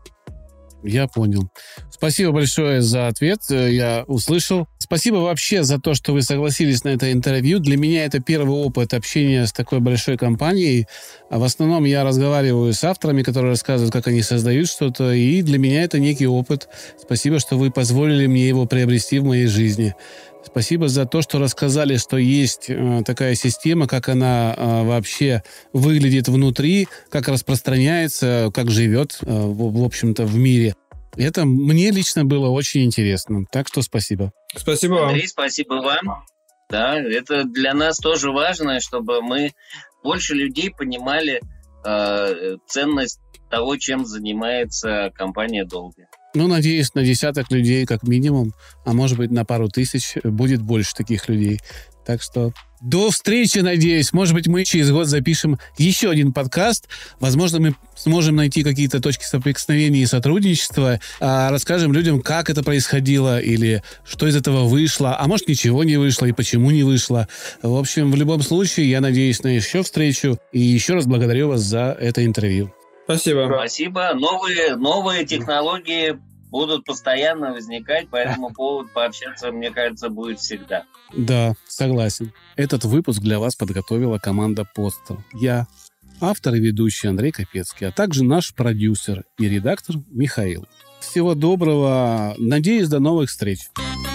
Я понял. Спасибо большое за ответ, я услышал. Спасибо вообще за то, что вы согласились на это интервью. Для меня это первый опыт общения с такой большой компанией. В основном я разговариваю с авторами, которые рассказывают, как они создают что-то, и для меня это некий опыт. Спасибо, что вы позволили мне его приобрести в моей жизни. Спасибо за то, что рассказали, что есть э, такая система, как она э, вообще выглядит внутри, как распространяется, как живет, э, в, в общем-то, в мире. Это мне лично было очень интересно. Так что спасибо. Спасибо вам. Андрей, спасибо вам. Да, это для нас тоже важно, чтобы мы больше людей понимали э, ценность того, чем занимается компания Dolby. Ну, надеюсь, на десяток людей как минимум, а может быть, на пару тысяч будет больше таких людей. Так что до встречи, надеюсь. Может быть, мы через год запишем еще один подкаст. Возможно, мы сможем найти какие-то точки соприкосновения и сотрудничества. А расскажем людям, как это происходило или что из этого вышло. А может, ничего не вышло и почему не вышло. В общем, в любом случае, я надеюсь на еще встречу. И еще раз благодарю вас за это интервью. Спасибо. Спасибо. Новые, новые технологии будут постоянно возникать, поэтому повод пообщаться, мне кажется, будет всегда. Да, согласен. Этот выпуск для вас подготовила команда «Постер». Я, автор и ведущий Андрей Капецкий, а также наш продюсер и редактор Михаил. Всего доброго. Надеюсь, до новых встреч.